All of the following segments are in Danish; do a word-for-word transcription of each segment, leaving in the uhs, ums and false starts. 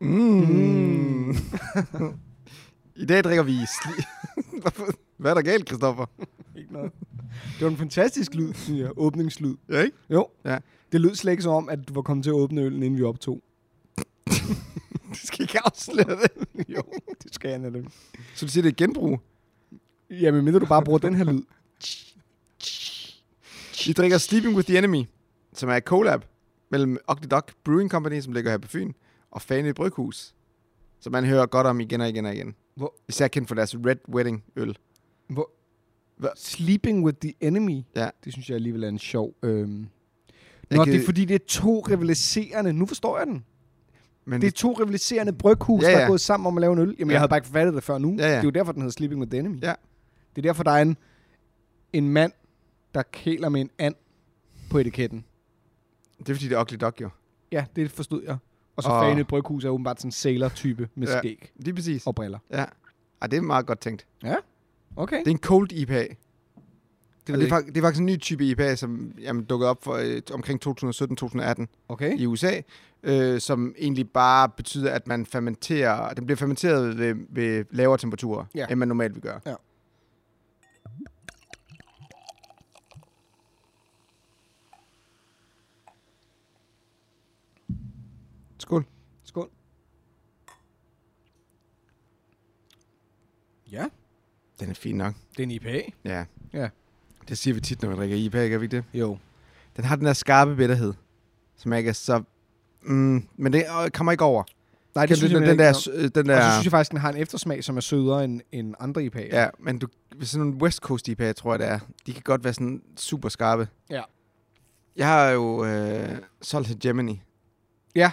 Mm. I dag drikker vi sli... Hvad er der galt, Christoffer? Ikke noget. Det var en fantastisk lyd, synes jeg. Åbningslyd. Ja, ikke? Jo. Ja. Det lød slet ikke som om, at du var kommet til at åbne øllen, inden vi optog. Du skal ikke afsløre det. Jo, det skal jeg netop. Så du siger, det er genbrug? Jamen, mindre du bare bruger den her lyd. Vi drikker Sleeping with the Enemy, som er et collab mellem Ugly Duck Brewing Company, som ligger her på Fyn, og Fanø Bryghus, som man hører godt om igen og igen og igen. Hvor? Især kendt for deres Red Wedding øl. Hvor? Hva? Sleeping with the Enemy? Ja. Det synes jeg alligevel er en sjov... Øhm... Jeg Nå, kan... det er fordi, det er to rivaliserende... Nu forstår jeg den. Men det er to rivaliserende bryghus, ja, ja. der er gået sammen om at lave en øl. Jamen, ja. jeg havde bare ikke forfattet det før nu. Ja, ja. Det er jo derfor, den hedder Sleeping with the Enemy. Ja. Det er derfor, der er en, en mand, der kæler med en and på etiketten. Det er fordi, det er Ugly Duck, jo. Ja, det forstod jeg. Og så Og- Fanø Bryghus er åbenbart sådan en sailor-type med Ja. skæg Lige præcis. og briller. Ja. Ej, det er meget godt tænkt. Ja, okay. Det er en cold I P A. Det, Og det, er, fak- det er faktisk en ny type I P A, som jamen, dukkede op for øh, omkring to tusind og sytten til to tusind og atten okay. i U S A, øh, som egentlig bare betyder, at man fermenterer, den bliver fermenteret ved, ved lavere temperaturer, Ja. end man normalt vil gøre. Ja. Skål. Skål. Ja, Den er fin nok. det er en I P A. Ja. Ja. Det siger vi tit, når vi drikker I P A, gør vi ikke det? Jo. Den har den der skarpe bitterhed, som jeg ikke er så... Mm, men det øh, kommer ikke over. Nej, Den, det synes den, jeg den, ikke. der, Og sø- den der... så synes jeg faktisk, den har en eftersmag, som er sødere end, end andre I P A'er. Ja, men du, hvis sådan nogle West Coast I P A, tror jeg det er, de kan godt være sådan super skarpe. Ja. Jeg har jo øh, solgt Hegemony. Ja.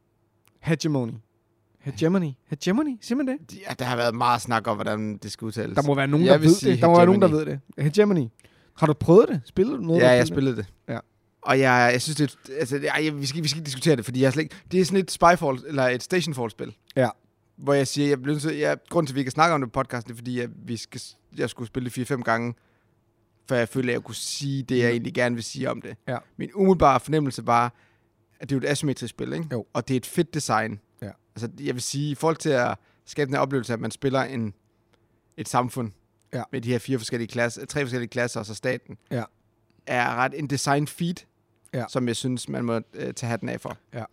Hegemony. Hegemony. Hegemony, siger man det? Ja, der har været meget snak om, hvordan det skal udtales. Der må være nogen, Jeg der vil ved sige det. Der må være nogen, der hegemony. ved det. Hegemony. Har du prøvet det? Spillede du noget? Ja, der jeg spillede spillede det. Ja. Og jeg, jeg synes, det er... Altså, ej, vi, skal, vi skal ikke diskutere det, fordi jeg er slet ikke... Det er sådan et Spyfall, eller et Stationfall-spil. Ja. Hvor jeg siger, jeg bliver nødt til... Jeg, grunden til, at vi kan snakke om det på podcasten, det er, fordi jeg, vi skal, jeg skulle spille det fire fem gange, for jeg følte, at jeg kunne sige det, jeg egentlig gerne vil sige om det. Ja. Min umiddelbare fornemmelse var, at det er jo et asymmetrisk spil, ikke? Jo. Og det er et fedt design. Ja. Altså, jeg vil sige, i forhold til at skabe den her oplevelse, at man spiller en, et samfund Ja. med de her fire forskellige klasser, tre forskellige klasser, og så staten, Ja. er ret en design feat, Ja. som jeg synes, man må øh, tage hatten af for. Ja.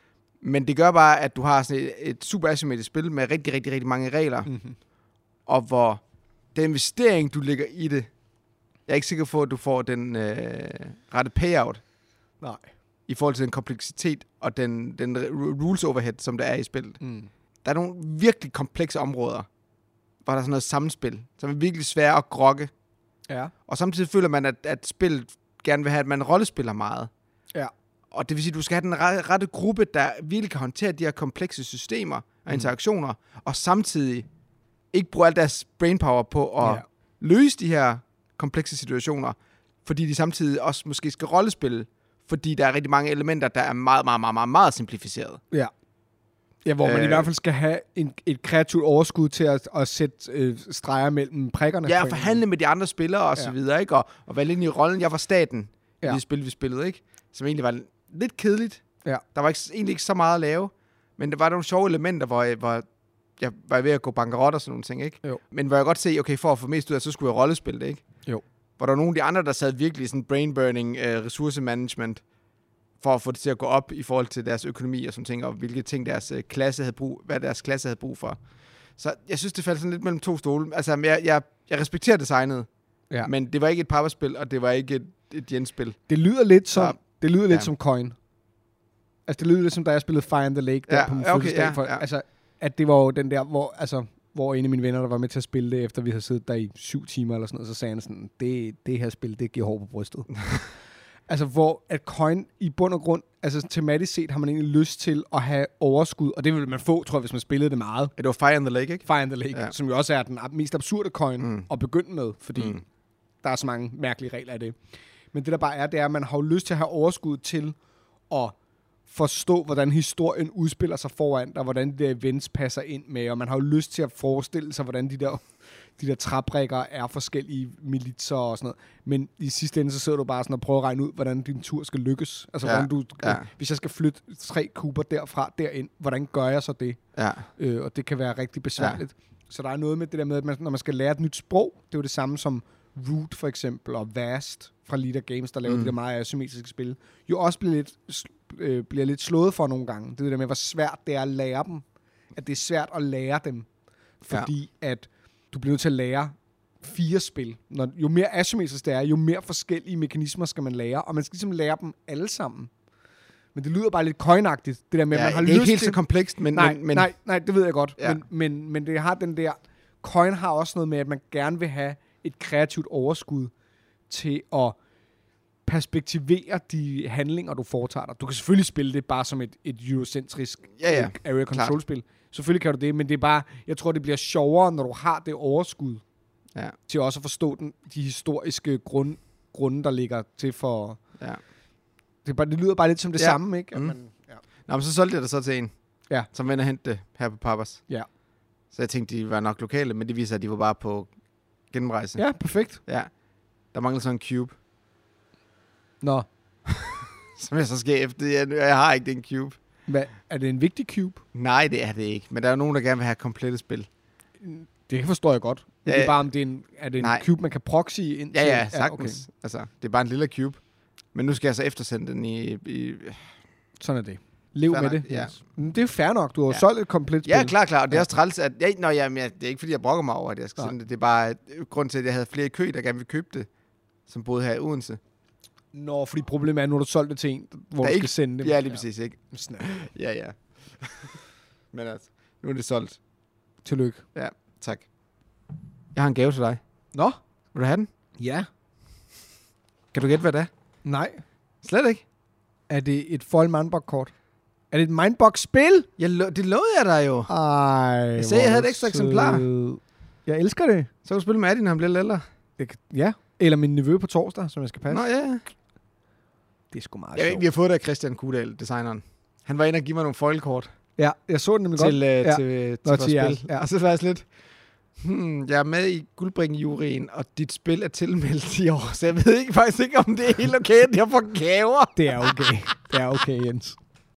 Men det gør bare, at du har sådan et, et super asymmetrisk spil med rigtig, rigtig, rigtig mange regler, Mm-hmm. og hvor den investering, du lægger i det, jeg er ikke sikker på, at du får den øh, rette payout Nej. i forhold til den kompleksitet og den, den rules overhead, som der er i spillet. Mm. Der er nogle virkelig komplekse områder, hvor der er sådan noget samspil, som er virkelig svært at grokke. Ja. Og samtidig føler man, at, at spillet gerne vil have, at man rollespiller meget. Ja. Og det vil sige, at du skal have den rette, rette gruppe, der virkelig kan håndtere de her komplekse systemer og Mm. interaktioner, og samtidig ikke bruge al deres brainpower på at Ja. løse de her komplekse situationer, fordi de samtidig også måske skal rollespille, fordi der er rigtig mange elementer, der er meget, meget, meget, meget, meget simplificeret. Ja. Ja, hvor man Øh. i hvert fald skal have en, et kreativt overskud til at, at sætte øh, streger mellem prikkerne. Ja, på og en forhandle med de andre spillere og Ja. så videre, ikke? Og, og være lidt ind i rollen. Jeg var staten Ja. i det spil, vi spillede, ikke? Som egentlig var lidt kedeligt. Ja. Der var ikke, egentlig ikke så meget at lave, men der var nogle sjove elementer, hvor jeg, hvor jeg var ved at gå bankerot og sådan nogle ting, ikke? Jo. Men hvor jeg godt se, okay, for at få mest ud af, så skulle jeg rollespille det, ikke? Jo. Hvor der var nogle af de andre, der sad virkelig i sådan brain-burning uh, ressourcemanagement, for at få det til at gå op i forhold til deres økonomi og sådan ting, og hvilke ting deres uh, klasse havde brug, hvad deres klasse havde brug for. Så jeg synes, det faldt sådan lidt mellem to stole. Altså, jeg, jeg, jeg respekterer designet, Ja. men det var ikke et papperspil, og det var ikke et, et Jens-spil. Det lyder lidt som, Ja. det lyder lidt Ja. som Coin. Altså, det lyder lidt som, da jeg spillede Fire in the Lake der Ja, på min ja, okay, fødselsdag. ja, For, ja. Altså, at det var jo den der, hvor, altså, hvor en af mine venner, der var med til at spille det, efter vi havde siddet der i syv timer eller sådan noget, så sagde han sådan, det, det her spil, det giver hår på brystet. Altså, hvor at Coin i bund og grund, altså tematisk set, har man egentlig lyst til at have overskud, og det vil man få, tror jeg, hvis man spillede det meget. Ja, det var Fire in the Lake, ikke? Fire in the Lake, Ja. ja. som jo også er den ab- mest absurde Coin Mm. mm. at begynde med, fordi Mm. mm. der er så mange mærkelige regler af det. Men det der bare er, det er, at man har jo lyst til at have overskud til at forstå, hvordan historien udspiller sig foran dig, hvordan de der events passer ind med, og man har jo lyst til at forestille sig, hvordan de der de der træbrikker er forskellige militser og sådan noget. Men i sidste ende, så sidder du bare sådan og prøver at regne ud, hvordan din tur skal lykkes. Altså, ja. hvordan du, ja. hvis jeg skal flytte tre kuber derfra, derind, hvordan gør jeg så det? Ja. Øh, og det kan være rigtig besværligt. Ja. Så der er noget med det der med, at man, når man skal lære et nyt sprog, det er jo det samme som Root for eksempel, og Vast fra Leader Games, der laver mm. de der meget asymmetriske spil, jo også bliver lidt, øh, bliver lidt slået for nogle gange. Det er det der med, hvor svært det er at lære dem. At det er svært at lære dem. Fordi ja. at du bliver nødt til at lære fire spil. Når, jo mere asymmetrisk det er, jo mere forskellige mekanismer skal man lære, og man skal ligesom lære dem alle sammen. Men det lyder bare lidt coinagtigt, det der med, ja, man har det er lyst ikke helt til... så komplekst, men... Nej, men, men nej, nej, det ved jeg godt. Ja. Men, men, men det har den der... Coin har også noget med, at man gerne vil have et kreativt overskud til at perspektivere de handlinger, du foretager dig. Du kan selvfølgelig spille det bare som et, et eurocentrisk ja, ja. area control-spil. Selvfølgelig kan du det, men det er bare... Jeg tror, det bliver sjovere, når du har det overskud ja. til også at forstå den, de historiske grund, grunde, der ligger til for... Ja. Det, bare, det lyder bare lidt som det ja. samme, ikke? At mm. man, ja. Nå, men så solgte jeg det så til en, ja. som vender hente det her på Papas. Ja. Så jeg tænkte, de var nok lokale, men det viser, at de var bare på gennemrejse. Ja, perfekt. Ja. Der manglede sådan en cube. Nå. Som jeg så skal efter. Jeg, jeg har ikke den cube. Hvad? Er det en vigtig cube? Nej, det er det ikke. Men der er jo nogen, der gerne vil have komplette spil. Det forstår jeg godt. Ja, det er bare, om det er en, er det en nej. cube, man kan proxy ind ja, til? Ja, sagtens. Ja, okay. Altså, det er bare en lille cube. Men nu skal jeg så eftersende den i... i sådan er det. Lev fair med nok, det. Ja. Yes. Det er fair nok. Du har ja. solgt et komplet spil. Ja, klar, klar. Og det er ja. også træls, at... Ja, nå, jamen, det er ikke, fordi jeg brokker mig over, at jeg skal sende det. Det er bare grund til, at jeg havde flere i kø, der gerne ville købe det, som boede her i Odense. Nå, fordi problemet er, nu har du solgt det til en, hvor der du ikke, skal sende det. Ja, lige præcis, ikke? Snart. Ja, ja. Men altså, nu er det solgt. Tillykke. Ja, tak. Jeg har en gave til dig. Nå? Vil du have den? Ja. Kan du gætte, hvad det er? Nej. Slet ikke. Er det et fold Mindbox-kort? Er det et Mindbox-spil? Jeg lo- det lovede jeg dig jo. Ej, jeg sagde, jeg havde et ekstra eksemplar. Jeg elsker det. Så kan du spille med Adi, når han bliver lidt ældre. Ja. Eller min nevø på torsdag, som jeg skal passe. Nå, ja. Det er sgu meget Jeg ved, sjovt. vi har fået det af Christian Kudal, designeren. Han var inde og give mig nogle foilkort. Ja, jeg så den nemlig til, godt. Øh, ja. til, til, Nå, til til vores spil. ja. Og så var jeg sådan lidt... Hmm, jeg er med i Guldbringen-juryen, og dit spil er tilmeldt i år, så jeg ved ikke faktisk ikke, om det er helt okay, at jeg får gaver. Det er okay. Det er okay, Jens.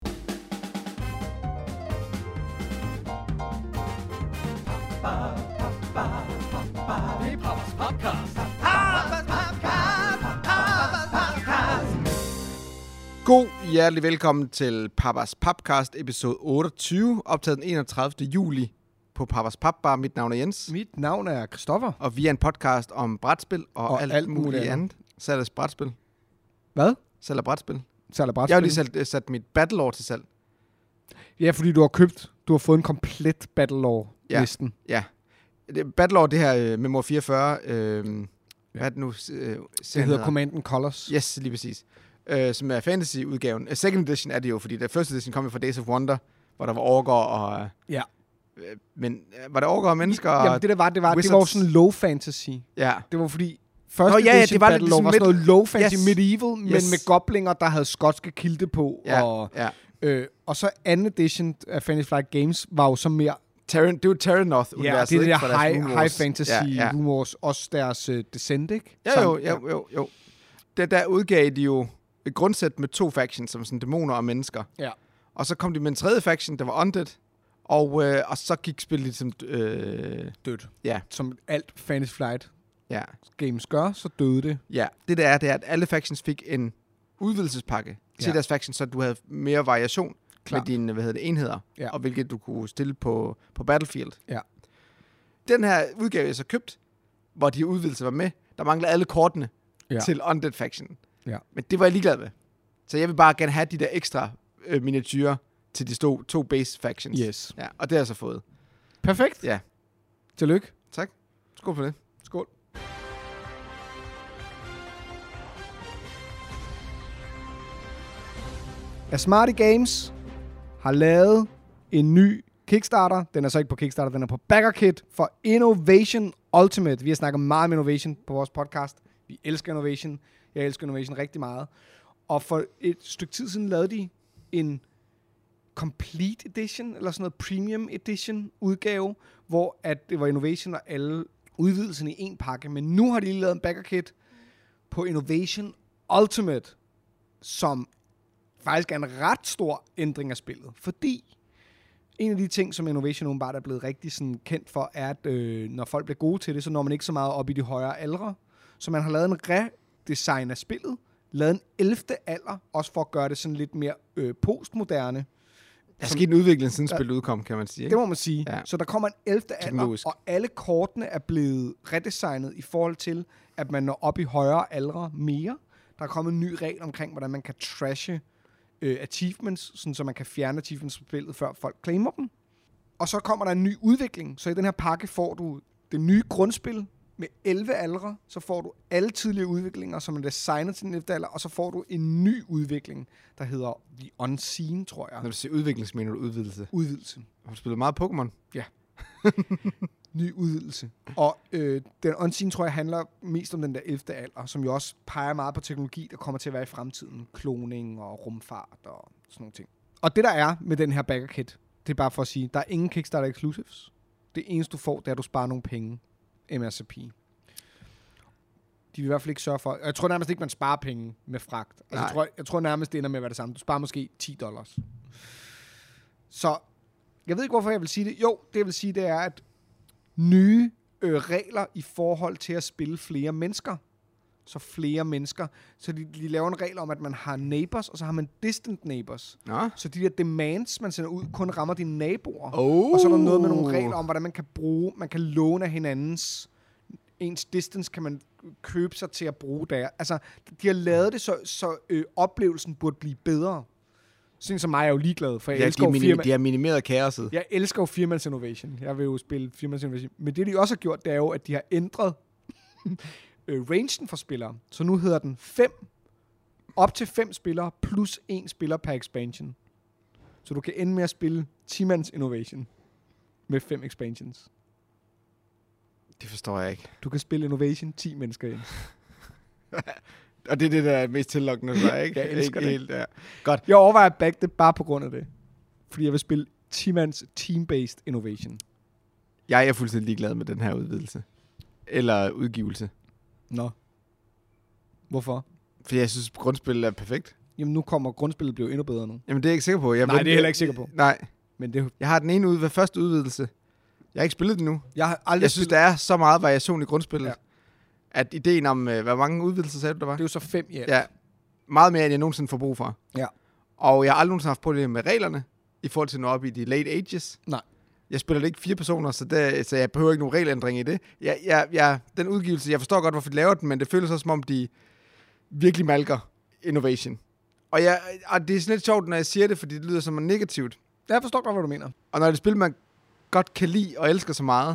God hjertelig velkommen til Papas Podcast, episode otteogtyve, optaget den enogtredivte juli på Papas Papbar. Mit navn er Jens. Mit navn er Christoffer. Og vi er en podcast om brætspil og, og alt, alt muligt andet. Salg af brætspil. Hvad? Salg af brætspil. Salg af brætspil. Jeg har lige sat, sat mit Battlelore til salg. Ja, fordi du har købt, du har fået en komplet Battlelore-listen. Ja, ja. Battlelore, det her uh, Memoir fireogfyrre, øh, ja. hvad er det nu? Uh, det hedder Command and Colors. Yes, lige præcis. Uh, som er fantasy-udgaven. Uh, second edition er det jo, fordi der første edition kom jo fra Days of Wonder, hvor der var orker og... Uh, ja. Uh, men uh, var der orker og mennesker? Jamen, og det der var, det var, det var sådan low fantasy. Ja. Det var fordi... Første Nå, ja, ja, edition det var Battlelore ligesom var sådan noget low fantasy yes. medieval, men yes. med goblinger, der havde skotske kilte på. Ja, og, ja. Øh, og så anden edition af Fantasy Flight Games var jo så mere... Terran, det var Terranoth-universet, ja, det er ikke? det der high, high fantasy ja, ja. Rumors, også deres uh, Descent, ikke? Ja, jo, jo, jo, jo. Der, der udgav de jo et grundsæt med to factions, som sådan dæmoner og mennesker. Ja. Og så kom de med en tredje faction, der var undead. Og, øh, og så gik spillet ligesom... Øh, dødt. Ja. Som alt Fantasy Flight ja. Games gør, så døde det. Ja, det der er, det er, at alle factions fik en udvidelsespakke ja. til deres faction, så du havde mere variation Klart. med dine hvad hedder det, enheder, ja. og hvilket du kunne stille på, på Battlefield. Ja. Den her udgave, jeg så købt, hvor de udvidelser var med, der manglede alle kortene ja. til Undead Faction. Ja. Men det var jeg ligeglad med. Så jeg vil bare gerne have de der ekstra øh, miniatyrer til de to, to base factions. Yes. Ja, og det har jeg så fået. Perfekt. Ja. Tillykke. Tak. Skål for det. Skål. Smarty Games har lavet en ny Kickstarter. Den er så ikke på Kickstarter, den er på BackerKit for Innovation Ultimate. Vi har snakket meget om innovation på vores podcast. Vi elsker innovation. Jeg elsker innovation rigtig meget. Og for et stykke tid siden lavede de en Complete Edition, eller sådan noget Premium Edition udgave, hvor at det var innovation, og alle udvidelsen i en pakke, men nu har de lige lavet en backer kit på Innovation Ultimate, som faktisk er en ret stor ændring af spillet, fordi en af de ting, som Innovation åbenbart er blevet rigtig sådan kendt for, er, at øh, når folk bliver gode til det, så når man ikke så meget op i de højere aldre. Så man har lavet en redesign af spillet, lavet en ellevte alder, også for at gøre det sådan lidt mere øh, postmoderne. Der er sket en udvikling, siden spillet udkom, kan man sige. Ikke? Det må man sige. Ja. Så der kommer en ellevte alder, og alle kortene er blevet redesignet i forhold til, at man når op i højere aldre mere. Der er kommet en ny regel omkring, hvordan man kan trashe øh, achievements, sådan så man kan fjerne achievements fra spillet, før folk claimer dem. Og så kommer der en ny udvikling. Så i den her pakke får du det nye grundspil med elleve aldre, så får du alle tidligere udviklinger, som er designet til den ellevte alder, og så får du en ny udvikling, der hedder The Unseen, tror jeg. Når du siger udvikling, så mener du udvidelse? Udvidelse. Har du spillet meget Pokémon? Ja. Ny udvidelse. Og øh, den Unseen, tror jeg, handler mest om den der ellevte alder, som jo også peger meget på teknologi, der kommer til at være i fremtiden. Kloning og rumfart og sådan nogle ting. Og det, der er med den her backer kit, det er bare for at sige, der er ingen Kickstarter exclusives. Det eneste, du får, det er, at du sparer nogle penge. M S R P. De vil i hvert fald ikke sørge for... Jeg tror nærmest ikke, man sparer penge med fragt. Altså, jeg, tror, jeg tror nærmest, det ender med at være det samme. Du sparer måske ti dollars. Så, jeg ved ikke, hvorfor jeg vil sige det. Jo, det jeg vil sige, det er, at nye øh, regler i forhold til at spille flere mennesker. Så flere mennesker. Så de, de laver en regel om, at man har neighbors, og så har man distant neighbors. Ja. Så de der demands, man sender ud, kun rammer dine naboer. Oh. Og så er der noget med nogle regler om, hvordan man kan bruge, man kan låne af hinandens, ens distance kan man købe sig til at bruge der. Altså, de har lavet det, så, så øh, oplevelsen burde blive bedre. Sådan som mig er jo ligeglad, for jeg Ja, elsker de, jo minim- firma- de har minimeret kaoset. Jeg elsker jo firmands innovation. Jeg vil jo spille firmands innovation. Men det, de også har gjort, det er jo, at de har ændret øh, rangen for spillere. Så nu hedder den fem, op til fem spillere, plus en spiller per expansion. Så du kan ende med at spille ti-mands innovation med fem expansions. Det forstår jeg ikke. Du kan spille innovation ti mennesker ind. Og det er det, der er mest tillokkende for dig, ikke? Jeg elsker ikke det. Helt, ja. Godt. Jeg overvejer at back det bare på grund af det. Fordi jeg vil spille ti-mands team-based innovation. Jeg er fuldstændig ligeglad med den her udvidelse. Eller udgivelse. Nå. Hvorfor? For jeg synes, grundspillet er perfekt. Jamen nu kommer grundspillet blive endnu bedre nu. Jamen det er jeg ikke sikker på. Jeg Nej, ved, det er jeg heller ikke sikker på. Nej. Men det, Jeg har den ene ude ved første udvidelse. Jeg har ikke spillet den nu. jeg har aldrig Jeg synes, spillet, der er så meget variation i grundspillet. Ja. Ja. At ideen om, øh, hvor mange udvidelser sagde du, der var? det er jo så fem i alt. Ja. Meget mere, end jeg nogensinde får brug for. Ja. Og jeg har aldrig nogensinde haft problemer med reglerne, i forhold til at nå op i de late ages. Nej. Jeg spiller det ikke fire personer, så, det, så jeg behøver ikke nogen regelændring i det. Jeg, jeg, jeg, den udgivelse, jeg forstår godt, hvorfor de laver den, men det føles også, som om de virkelig malker innovation. Og, jeg, og det er sådan lidt sjovt, når jeg siger det, fordi det lyder som negativt. Jeg forstår godt, hvad du mener. Og når det er et spil, man godt kan lide og elsker så meget,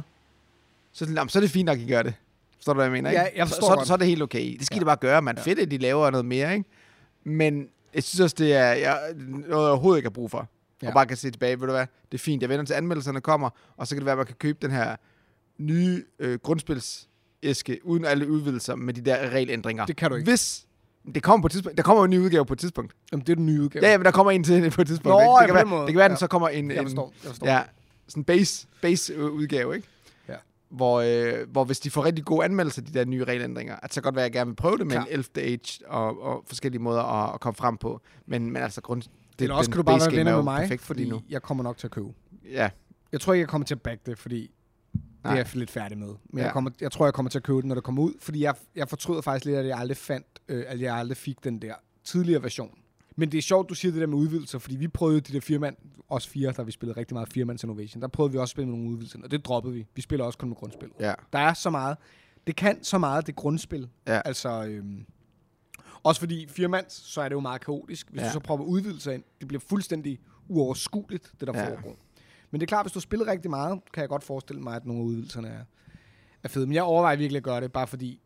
så, jamen, så er det fint nok, at I gør det. Forstår du, hvad jeg mener? Ikke? Ja, jeg forstår så, så, godt. så er det helt okay. Det skal Ja. ja. de bare gøre. Man Ja. fedt, at de laver noget mere, ikke? Men jeg synes også, det er jeg, noget, jeg overhovedet ikke har brug for. Ja. Og bare kan se tilbage, ved du hvad, det er fint. Jeg venter til anmeldelserne kommer, og så kan det være, at man kan købe den her nye øh, grundspilsæske, uden alle udvidelser med de der regelændringer. Det kan du ikke. Hvis det kommer på et tidspunkt. Der kommer en ny udgave på et tidspunkt. Jamen, det er den nye udgave. Ja, ja, men der kommer en til på et tidspunkt. Nå, ikke? ja, det, kan på være, den måde. det kan være, at den Ja. så kommer en, Jeg en forstår, jeg forstår. ja, sådan en base, base udgave, ikke? Ja. Hvor, øh, hvor hvis de får rigtig gode anmeldelser, de der nye regelændringer, at så godt være, at jeg gerne vil prøve det med Klar. en ellevte age og, og forskellige måder at, at komme frem på. Men, men altså grund... Det, Eller også den kan du bare base være game venner er jo med mig, perfekt for fordi lige nu. jeg kommer nok til at købe. Ja. Jeg tror ikke, jeg kommer til at back det, fordi Nej. det er jeg lidt færdig med. Men Ja. jeg, kommer, jeg tror, jeg kommer til at købe det, når det kommer ud, fordi jeg, jeg fortryder faktisk lidt, at jeg aldrig fandt, øh, at jeg aldrig fik den der tidligere version. Men det er sjovt, du siger det der med udvidelser, fordi vi prøvede de der firmand, os fire, der vi spillede rigtig meget firmands innovation, der prøvede vi også at spille med nogle udvidelser, og det droppede vi. Vi spiller også kun med grundspil. Ja. Der er så meget. Det kan så meget, det grundspil. Ja. Altså, øhm, også fordi firmands, så er det jo meget kaotisk. Hvis Ja. du så prøver udvidelser ind, det bliver fuldstændig uoverskueligt, det der Ja. foregår. Men det er klart, hvis du spiller rigtig meget, kan jeg godt forestille mig, at nogle af udvidelserne er, er fede. Men jeg overvejer virkelig at gøre det, bare fordi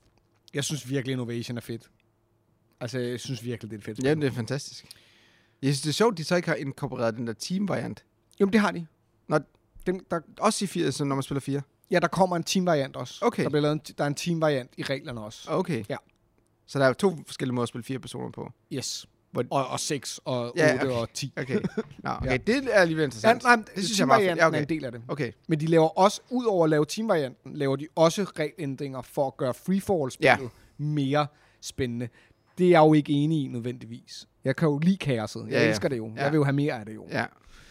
jeg synes virkelig, innovation er fedt. Altså, jeg synes virkelig, det er et fedt spil. Ja, det er fantastisk. Jeg synes, det er sjovt, de så ikke har inkorporeret den der team-variant. Jo, men det har de. Nå, Den, der, også i fire, så når man spiller fire. ja, der kommer en team-variant også. Okay. Der, bliver lavet en, der er en team-variant i reglerne også. Okay. Ja. Så der er to forskellige måder at spille fire personer på. Yes. Hvor... Og, og seks, og ja, otte, okay. og ti. Okay, Nå, okay. Ja. Det er alligevel interessant. Ja, nej, det synes jeg er meget fedt. Ja, okay. er en del af det. Okay. Men de laver også, ud over at lave teamvarianten, laver de også regelændringer for at gøre freefall-spillet ja. mere spændende. Det er jeg jo ikke enig i nødvendigvis. Jeg kan jo lide kaoset. Jeg ja, ja. elsker det jo. Ja. Jeg vil jo have mere af det jo. Ja.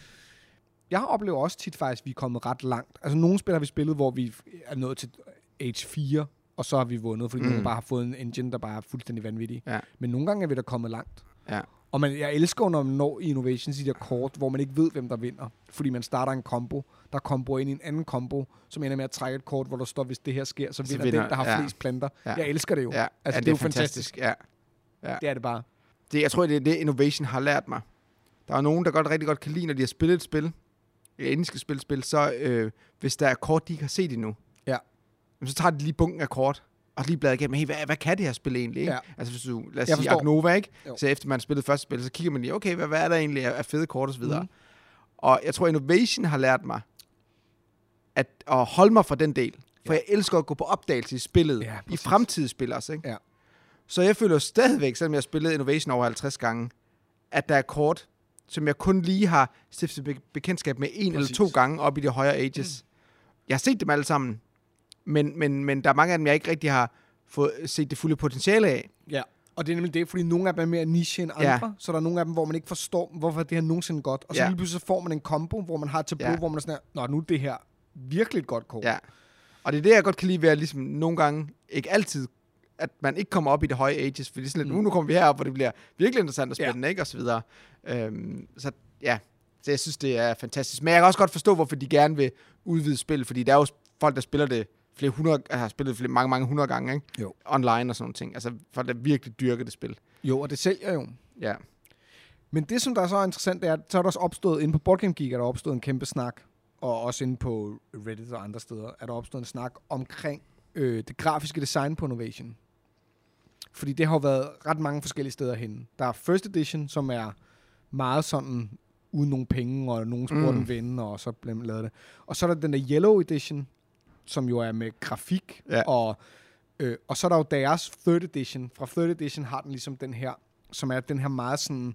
Jeg oplever også tit faktisk, at vi er kommet ret langt. Altså nogle spil har vi spillet, hvor vi er nået til age fire, og så har vi vundet, fordi mm. nogen bare har fået en engine, der bare er fuldstændig vanvittig. Ja. Men nogle gange er vi der kommet langt. Ja. Og man, jeg elsker, når man når i Innovations i de der kort, hvor man ikke ved, hvem der vinder. Fordi man starter en combo, der komboer ind i en anden combo, som ender med at trække et kort, hvor der står, hvis det her sker, så vinder, så vinder den, der har ja. flest planter. Ja. Jeg elsker det jo. Ja. Altså, ja, det, det er jo fantastisk. fantastisk. Ja. Ja. Det er det bare. Det, jeg tror, det er det, Innovation har lært mig. Der er nogen, der godt rigtig godt kan lide, når de har spillet et spil, inden de skal spille spil, så øh, hvis der er kort, de ikke har set endnu, ja. så tager de lige bunken af kort, og lige bladet igennem, hey, hvad, hvad kan det her spil egentlig? Ikke? Ja. Altså hvis du, lad os jeg sige, Agnova, ikke? Så efter man har spillet første spil, så kigger man lige, okay, hvad, hvad er der egentlig af fede kort og så videre. Mm. Og jeg tror, Innovation har lært mig, at, at holde mig fra den del. For ja. jeg elsker at gå på opdagelse i spillet, ja, i fremtidige spil også, ikke? Ja. Så jeg føler stadigvæk, selvom jeg har spillet Innovation over halvtreds gange, at der er kort, som jeg kun lige har stiftet bekendtskab med en præcis. eller to gange op i de højere ages. Mm. Jeg har set dem alle sammen, men, men, men der er mange af dem, jeg ikke rigtig har fået set det fulde potentiale af. Ja, og det er nemlig det, fordi nogle af dem er mere niche end andre, ja. så der er nogle af dem, hvor man ikke forstår, hvorfor det her nogensinde godt. Og så ja. lige pludselig får man en combo, hvor man har til ja. hvor man er sådan her, nå, nu er det her virkelig et godt kort. Ja, og det er det, jeg godt kan lide ved at ligesom nogle gange, ikke altid, at man ikke kommer op i det høje ages, fordi sådan lidt, mm. nu kommer vi herop, hvor det bliver virkelig interessant og spændende, ja. ikke, og så videre. Øhm, så ja, så jeg synes, det er fantastisk. Men jeg kan også godt forstå, hvorfor de gerne vil udvide spil, fordi der er jo folk, der spiller det flere hundrede, har spillet flere, mange, mange hundrede gange, ikke? Jo. Online og sådan nogle ting. Altså folk, der virkelig dyrker det spil. Jo, og det sælger jo. Ja. Men det, som der er så interessant, det er, så er der også opstået, inde på Board Game Geek, er der opstået en kæmpe snak, og også inde på Reddit og andre steder, er der opstået en snak omkring øh, det grafiske design på Innovation. Fordi det har jo været ret mange forskellige steder henne. Der er First Edition, som er meget sådan uden nogen penge, og nogen spurgte mm. en ven, og så blev lavet det. Og så er der den der Yellow Edition, som jo er med grafik, ja. og, øh, og så er der jo deres Third Edition. Fra Third Edition har den ligesom den her, som er den her meget sådan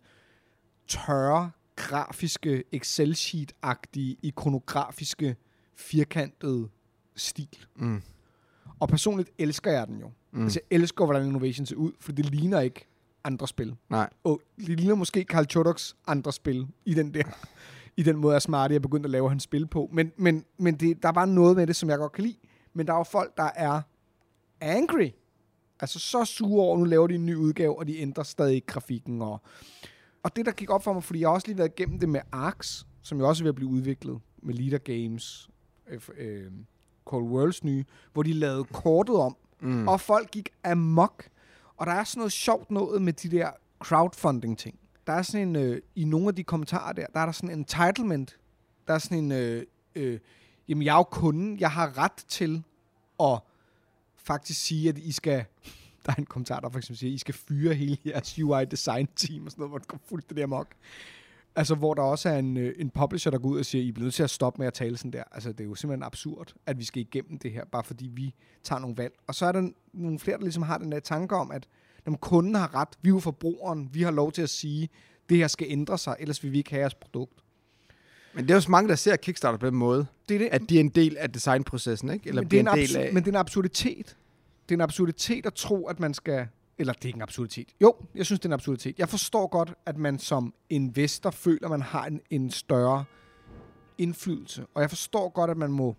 tørre, grafiske, Excel-sheet-agtige, ikonografiske, firkantede stil. Mm. Og personligt elsker jeg den jo. Mm. Altså, jeg elsker, hvordan Innovation ser ud, for det ligner ikke andre spil. Nej. Og det ligner måske Karl Chodoks andre spil i den der, i den måde, at Smarty er begyndt at lave hans spil på. Men, men, men det, der var noget med det, som jeg godt kan lide. Men der er jo folk, der er angry. Altså så sure over, nu laver de en ny udgave, og de ændrer stadig grafikken. Og, og det, der gik op for mig, fordi jeg har også lige været igennem det med Arx, som jo også er ved at blive udviklet med Leader Games, øh, øh, Cold Worlds nye, hvor de lavede kortet om, mm. og folk gik amok. Og der er sådan noget sjovt noget med de der crowdfunding-ting. Der er sådan en, øh, i nogle af de kommentarer der, der er der sådan en entitlement. Der er sådan en, øh, øh, jamen jeg er jo kunden, jeg har ret til at faktisk sige, at I skal, der er en kommentar, der for eksempel siger, at I skal fyre hele jeres U I design team, og sådan noget, hvor det går fuldstændig amok. Altså, hvor der også er en, en publisher, der går ud og siger, at I bliver nødt til at stoppe med at tale sådan der. Altså, det er jo simpelthen absurd, at vi skal igennem det her, bare fordi vi tager nogle valg. Og så er der nogle flere, der ligesom har den der tanke om, at når kunden har ret, vi er jo forbrugeren, vi har lov til at sige, det her skal ændre sig, ellers vil vi ikke have jeres produkt. Men det er jo så mange, der ser Kickstarter på den måde, det er det. at de er en del af designprocessen, ikke? Eller men det er en, en del absur- af... Men det er en absurditet. Det er en absurditet at tro, at man skal... Eller det er ikke en absurditet. Jo, jeg synes, det er en absurditet. Jeg forstår godt, at man som investor føler, at man har en, en større indflydelse. Og jeg forstår godt, at man må,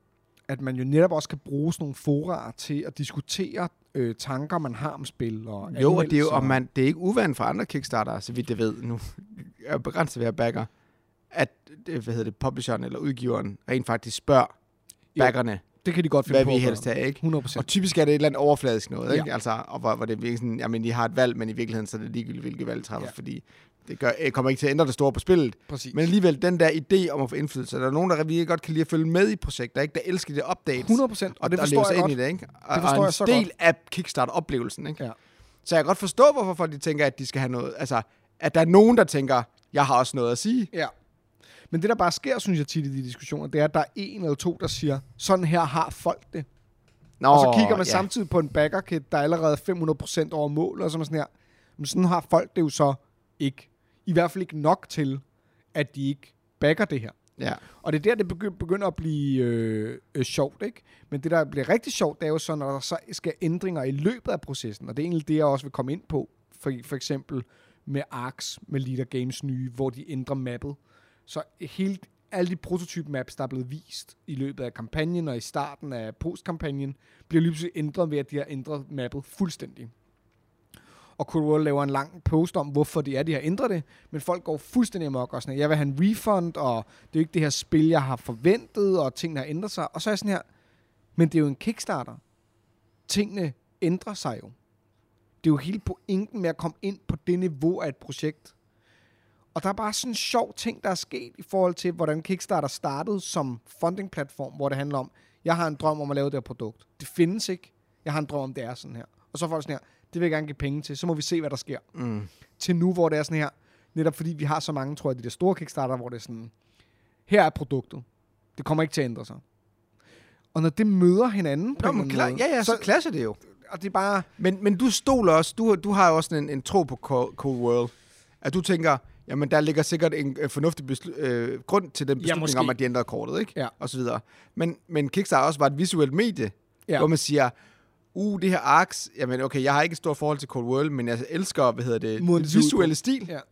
at man jo netop også kan bruge sådan nogle forarer til at diskutere øh, tanker, man har om spil. Og jo, og det er jo, og man, det er ikke uvandt for andre Kickstarter, så vidt jeg ved. Nu er jeg begrænset ved at backer, at hvad hedder det, publisheren eller udgiveren rent faktisk spørger backerne. Det kan de godt finde hvad på. Hvad vi helst have, ikke? hundrede procent. Og typisk er det et eller andet overfladisk noget, ikke? Ja. Altså, og hvor, hvor det virkelig sådan, jamen, I har et valg, men i virkeligheden, så er det ligegyldigt, hvilket valg træffer, ja. fordi det gør, kommer ikke til at ændre det store på spillet. Præcis. Men alligevel, den der idé om at få indflydelse, der er nogen, der virkelig godt kan lide at følge med i projekter, ikke? Der elsker det updates. hundrede procent. Og det forstår og jeg godt. Ind i det, ikke? Og, det forstår og jeg så en del godt. af Kickstarter-oplevelsen, ikke? Ja. Så jeg kan godt forstå, hvorfor folk de tænker, at de skal have noget, altså, at der er nogen, der tænker, jeg har også noget at sige. Ja. Men det, der bare sker, synes jeg tit i de diskussioner, det er, at der er en eller to, der siger, sådan her har folk det. Nå, og så kigger man ja. samtidig på en backerkit, der er allerede fem hundrede procent over mål, og så er man sådan her, men sådan har folk det jo så ikke. I hvert fald ikke nok til, at de ikke backer det her. Ja. Og det er der, det begynder at blive øh, øh, sjovt, ikke? Men det, der bliver rigtig sjovt, det er jo sådan, når der så skal ændringer i løbet af processen, og det er egentlig det, jeg også vil komme ind på, for, for eksempel med Arx, med Leder Games nye, hvor de ændrer mappet. Så helt, alle de prototype-maps, der er blevet vist i løbet af kampagnen og i starten af postkampagnen, bliver lige pludselig ændret ved, at de har ændret mappet fuldstændig. Og Cold World laver en lang post om, hvorfor det er, de har ændret det, men folk går fuldstændig amok og sådan, jeg vil have en refund, og det er jo ikke det her spil, jeg har forventet, og tingene har ændret sig. Og så er jeg sådan her, men det er jo en Kickstarter. Tingene ændrer sig jo. Det er jo hele pointen med at komme ind på det niveau af et projekt. Og der er bare sådan en sjov ting, der er sket i forhold til, hvordan Kickstarter startede som funding-platform, hvor det handler om, jeg har en drøm om at lave det her produkt. Det findes ikke. Jeg har en drøm om, det er sådan her. Og så får folk sådan her, det vil jeg gerne give penge til, så må vi se, hvad der sker. Mm. Til nu, hvor det er sådan her, netop fordi vi har så mange, tror jeg, de der store Kickstarter, hvor det er sådan, her er produktet. Det kommer ikke til at ændre sig. Og når det møder hinanden på Nå, en men klar, måde, ja, ja, så, så så klasser det jo. Og det er bare... Men, men du stoler også, du, du har jo også en, en tro på Cold World. At du tænker, jamen der ligger sikkert en øh, fornuftig beslu- øh, grund til den beslutning ja, om, at de ændrede kortet, ikke? Ja. Og så videre. Men, men Kickstarter også var et visuelt medie, Ja. hvor man siger, uh, det her Arx, jamen okay, jeg har ikke et stort forhold til Cold World, men jeg elsker, hvad hedder det, Måden, det det visuelle stil. Ja.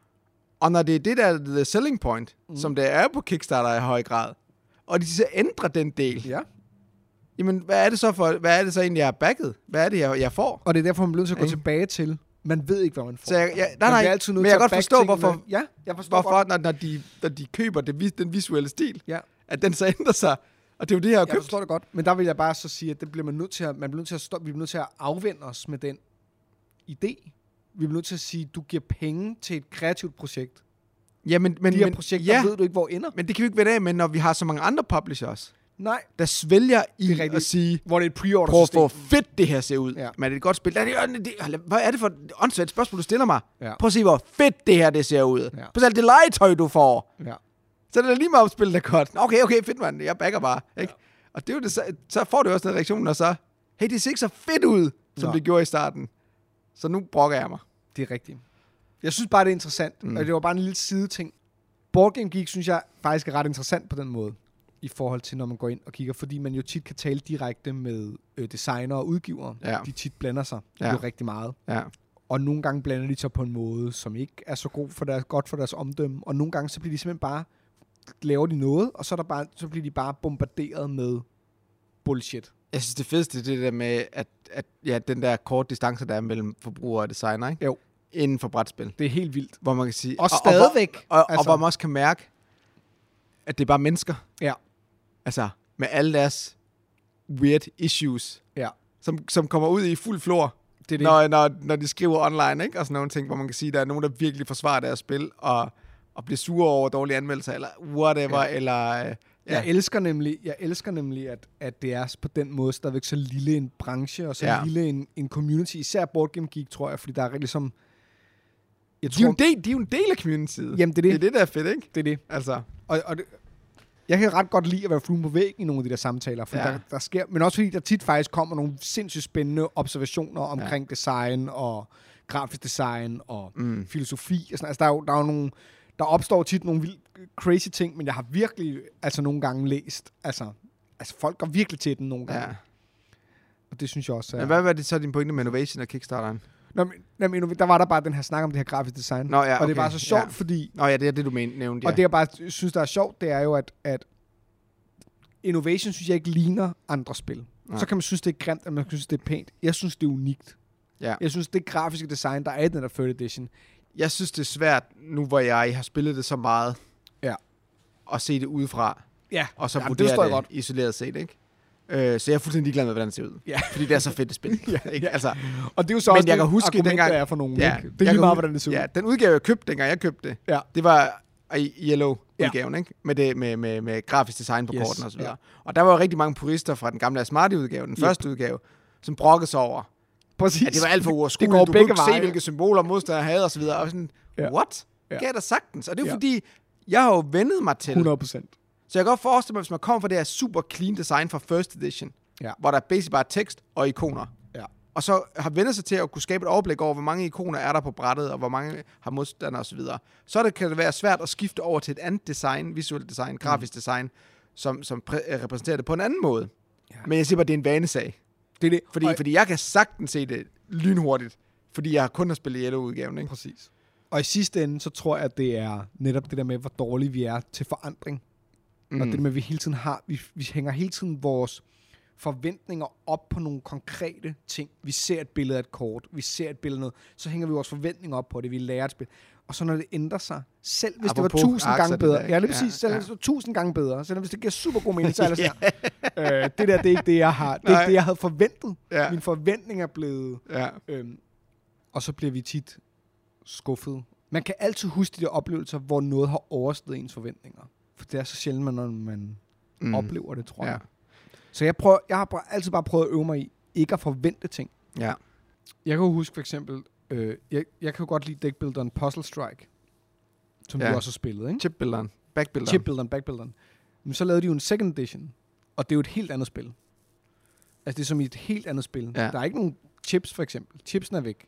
Og når det er det, der er the selling point, mm. som det er på Kickstarter i høj grad, og de så ændrer den del, Ja. jamen hvad er det så for, hvad er det så egentlig, jeg har backet? Hvad er det, jeg, jeg får? Og det er derfor, man bliver nødt til at gå Ikke? tilbage til, man ved ikke, hvad man får. Så jeg, jeg, Man nej, bliver nej, altid nødt men til jeg at kan godt back forstå, tingene. hvorfor, Ja, jeg forstår hvorfor godt. når, når, de, når de køber det, den visuelle stil, Ja. at den så ændrer sig. Og det er jo det, jeg har Jeg købt. forstår det godt. Men der vil jeg bare så sige, at det bliver man nødt til at, man bliver nødt til at stoppe. Vi bliver nødt til at afvende os med den idé. Vi bliver nødt til at sige, at du giver penge til et kreativt projekt. Ja, men, men, De her men, projekter ja, ved du ikke, hvor ender. men det kan vi ikke være af med, når vi har så mange andre publishers, Nej. der svælger i Det er rigtigt. at sige, Hvor det er et prøv at pre-order-system. få fedt det her ser ud. Ja. Men er det et godt spil? Det er, det, det, hvad er det for et åndssvagt spørgsmål, du stiller mig? Ja. Prøv at se, hvor fedt det her det ser ud. Ja. Prøv at se alt det legetøj, du får. Ja. Så er det lige meget om spillet er godt. Okay, okay, fedt mand. Jeg backer bare. Ikke? Ja. Og det er jo det, så, så får du også den reaktion, og så, hey, det ser ikke så fedt ud, som Nå. det gjorde i starten. Så nu brokker jeg mig. Det er rigtigt. Jeg synes bare, det er interessant. Mm. Og det var bare en lille side ting. Board Game Geek synes jeg faktisk er ret interessant på den måde. I forhold til, når man går ind og kigger. Fordi man jo tit kan tale direkte med øh, designer og udgivere. Ja. De tit blander sig Ja. jo rigtig meget. Ja. Og nogle gange blander de sig på en måde, som ikke er så god for deres, godt for deres omdømme. Og nogle gange så bliver de simpelthen bare, laver de noget, og så, er der bare, så bliver de bare bombarderet med bullshit. Jeg synes, det fedeste det er det der med, at, at ja, den der kort distance, der er mellem forbruger og designer, ikke? Jo. Inden for brætspil. Det er helt vildt. Hvor man kan sige... Og stadigvæk. Og, og, og, altså. og hvor man også kan mærke, at det er bare mennesker. Ja. Altså, med alle deres weird issues, Ja. som, som kommer ud i fuld flor, Det er det. når, når, når de skriver online, ikke? Og sådan nogle ting, hvor man kan sige, at der er nogen, der virkelig forsvarer deres spil, og, og bliver sure over dårlige anmeldelser, eller whatever, Ja. eller... øh, Ja. Jeg elsker nemlig, jeg elsker nemlig at, at det er på den måde stadigvæk så lille en branche, og så Ja. lille en, en community. Især Board Game Geek, tror jeg, fordi der er ligesom... Jeg De er, jo tror, en del, de er jo en del af communityet. Jamen, det er det. Det er det, der er fedt, ikke? det er det. Altså, Og, og det, jeg kan ret godt lide at være fluen på væg i nogle af de der samtaler, for Ja. der, der sker, men også fordi der tit faktisk kommer nogle sindssygt spændende observationer omkring ja. design og grafisk design og mm. filosofi. Og sådan. Altså, der, er jo, der er jo nogle, der opstår tit nogle vildt crazy ting, men jeg har virkelig altså nogle gange læst, altså, altså folk går virkelig til den nogle gange. Ja. Og det synes jeg også er... Men hvad var det så din pointe med innovation og Kickstarteren? Nå, men, nå, men, der var der bare den her snak om det her grafisk design. Nå, ja, Og det okay. var så sjovt, Ja. fordi... Nå ja, det er det, du men, nævnte, ja. Og det jeg bare synes, der er sjovt, det er jo, at, at innovation synes jeg ikke ligner andre spil. Nej. Så kan man synes, det er grimt, og man kan synes, det er pænt. Jeg synes, det er unikt. Ja. Jeg synes, det grafiske design, der er i den der third edition. Jeg synes, det er svært, nu hvor jeg har spillet det så meget, Ja. at se det udefra, Ja, og så Jamen, det vurdere forstår det, jeg godt. isoleret set, ikke? Øh, så jeg er fuldstændig ligeglad med, hvordan det ser ud. Ja. Fordi det er så fedt et spil. Ja, ikke? ja. Altså, Og det er jo så Men også jeg det kan huske argument, dengang- der er for nogen. ja, Ikke? Det er jeg lige kan meget, hu- hvordan det ser ud. Ja, den udgave, jeg købte, dengang jeg købte det, Ja. det var i yellow-udgaven, ikke? Med, det, med, med, med grafisk design på Yes, korten og så videre. ja. Og der var jo rigtig mange purister fra den gamle Asmarty-udgave, den Yep. første udgave, som brokkede sig over, Præcis. ja, det var alt for Det uoverskueligt. går Du kunne begge ikke se, veje. hvilke symboler modstandere havde og så videre. Og sådan, Ja. what? Ja. Det kan jeg da sagtens. Og det er jo Ja. fordi, jeg har jo vendet mig til. hundrede procent. Så jeg kan godt forestille mig, hvis man kommer fra det her super clean design fra first edition, Ja. hvor der er basic bare tekst og ikoner, Ja. og så har vendt sig til at kunne skabe et overblik over, hvor mange ikoner er der på brættet, og hvor mange har modstandere osv. Så, så det, kan det være svært at skifte over til et andet design, visuelt design, grafisk mm. design, som, som præ- repræsenterer det på en anden måde. Ja. Men jeg siger bare, det er en vanesag. Det er det. Fordi, og fordi jeg kan sagtens se det lynhurtigt, fordi jeg kun har spillet Yellow-udgaven, ikke? Præcis. Og i sidste ende, så tror jeg, at det er netop det der med, hvor dårlige vi er til forandring. Mm. Og det med, at vi hele tiden har, vi, vi hænger hele tiden vores forventninger op på nogle konkrete ting. Vi ser et billede af et kort, vi ser et billede af noget, så hænger vi vores forventninger op på det, vi lærer at spille. Og så når det ændrer sig, selv hvis Apropos det var tusind gange bedre, ja, det vil sige, selv ja. hvis det var tusind gange bedre, selv hvis det giver super god mening, så er det sådan, øh, det der, det er ikke det, jeg har. Det er ikke det, jeg havde forventet. Ja. Min forventning er blevet, ja. øhm, og så bliver vi tit skuffet. Man kan altid huske de der oplevelser, hvor noget har oversteget ens forventninger. For det er så sjældent, når man mm. oplever det, tror jeg. Ja. Så jeg, prøver, jeg har bare, altid bare prøvet at øve mig i, ikke at forvente ting. Ja. Jeg kan jo huske for eksempel, øh, jeg, jeg kan jo godt lide deckbuilderen Puzzle Strike, som ja. du også har spillet, ikke? Chipbuilderen, backbuilderen. Chipbuilderen, backbuilderen. Men så lavede de jo en second edition, og det er jo et helt andet spil. Altså det er som i et helt andet spil. Ja. Der er ikke nogen chips for eksempel. Chipsen er væk.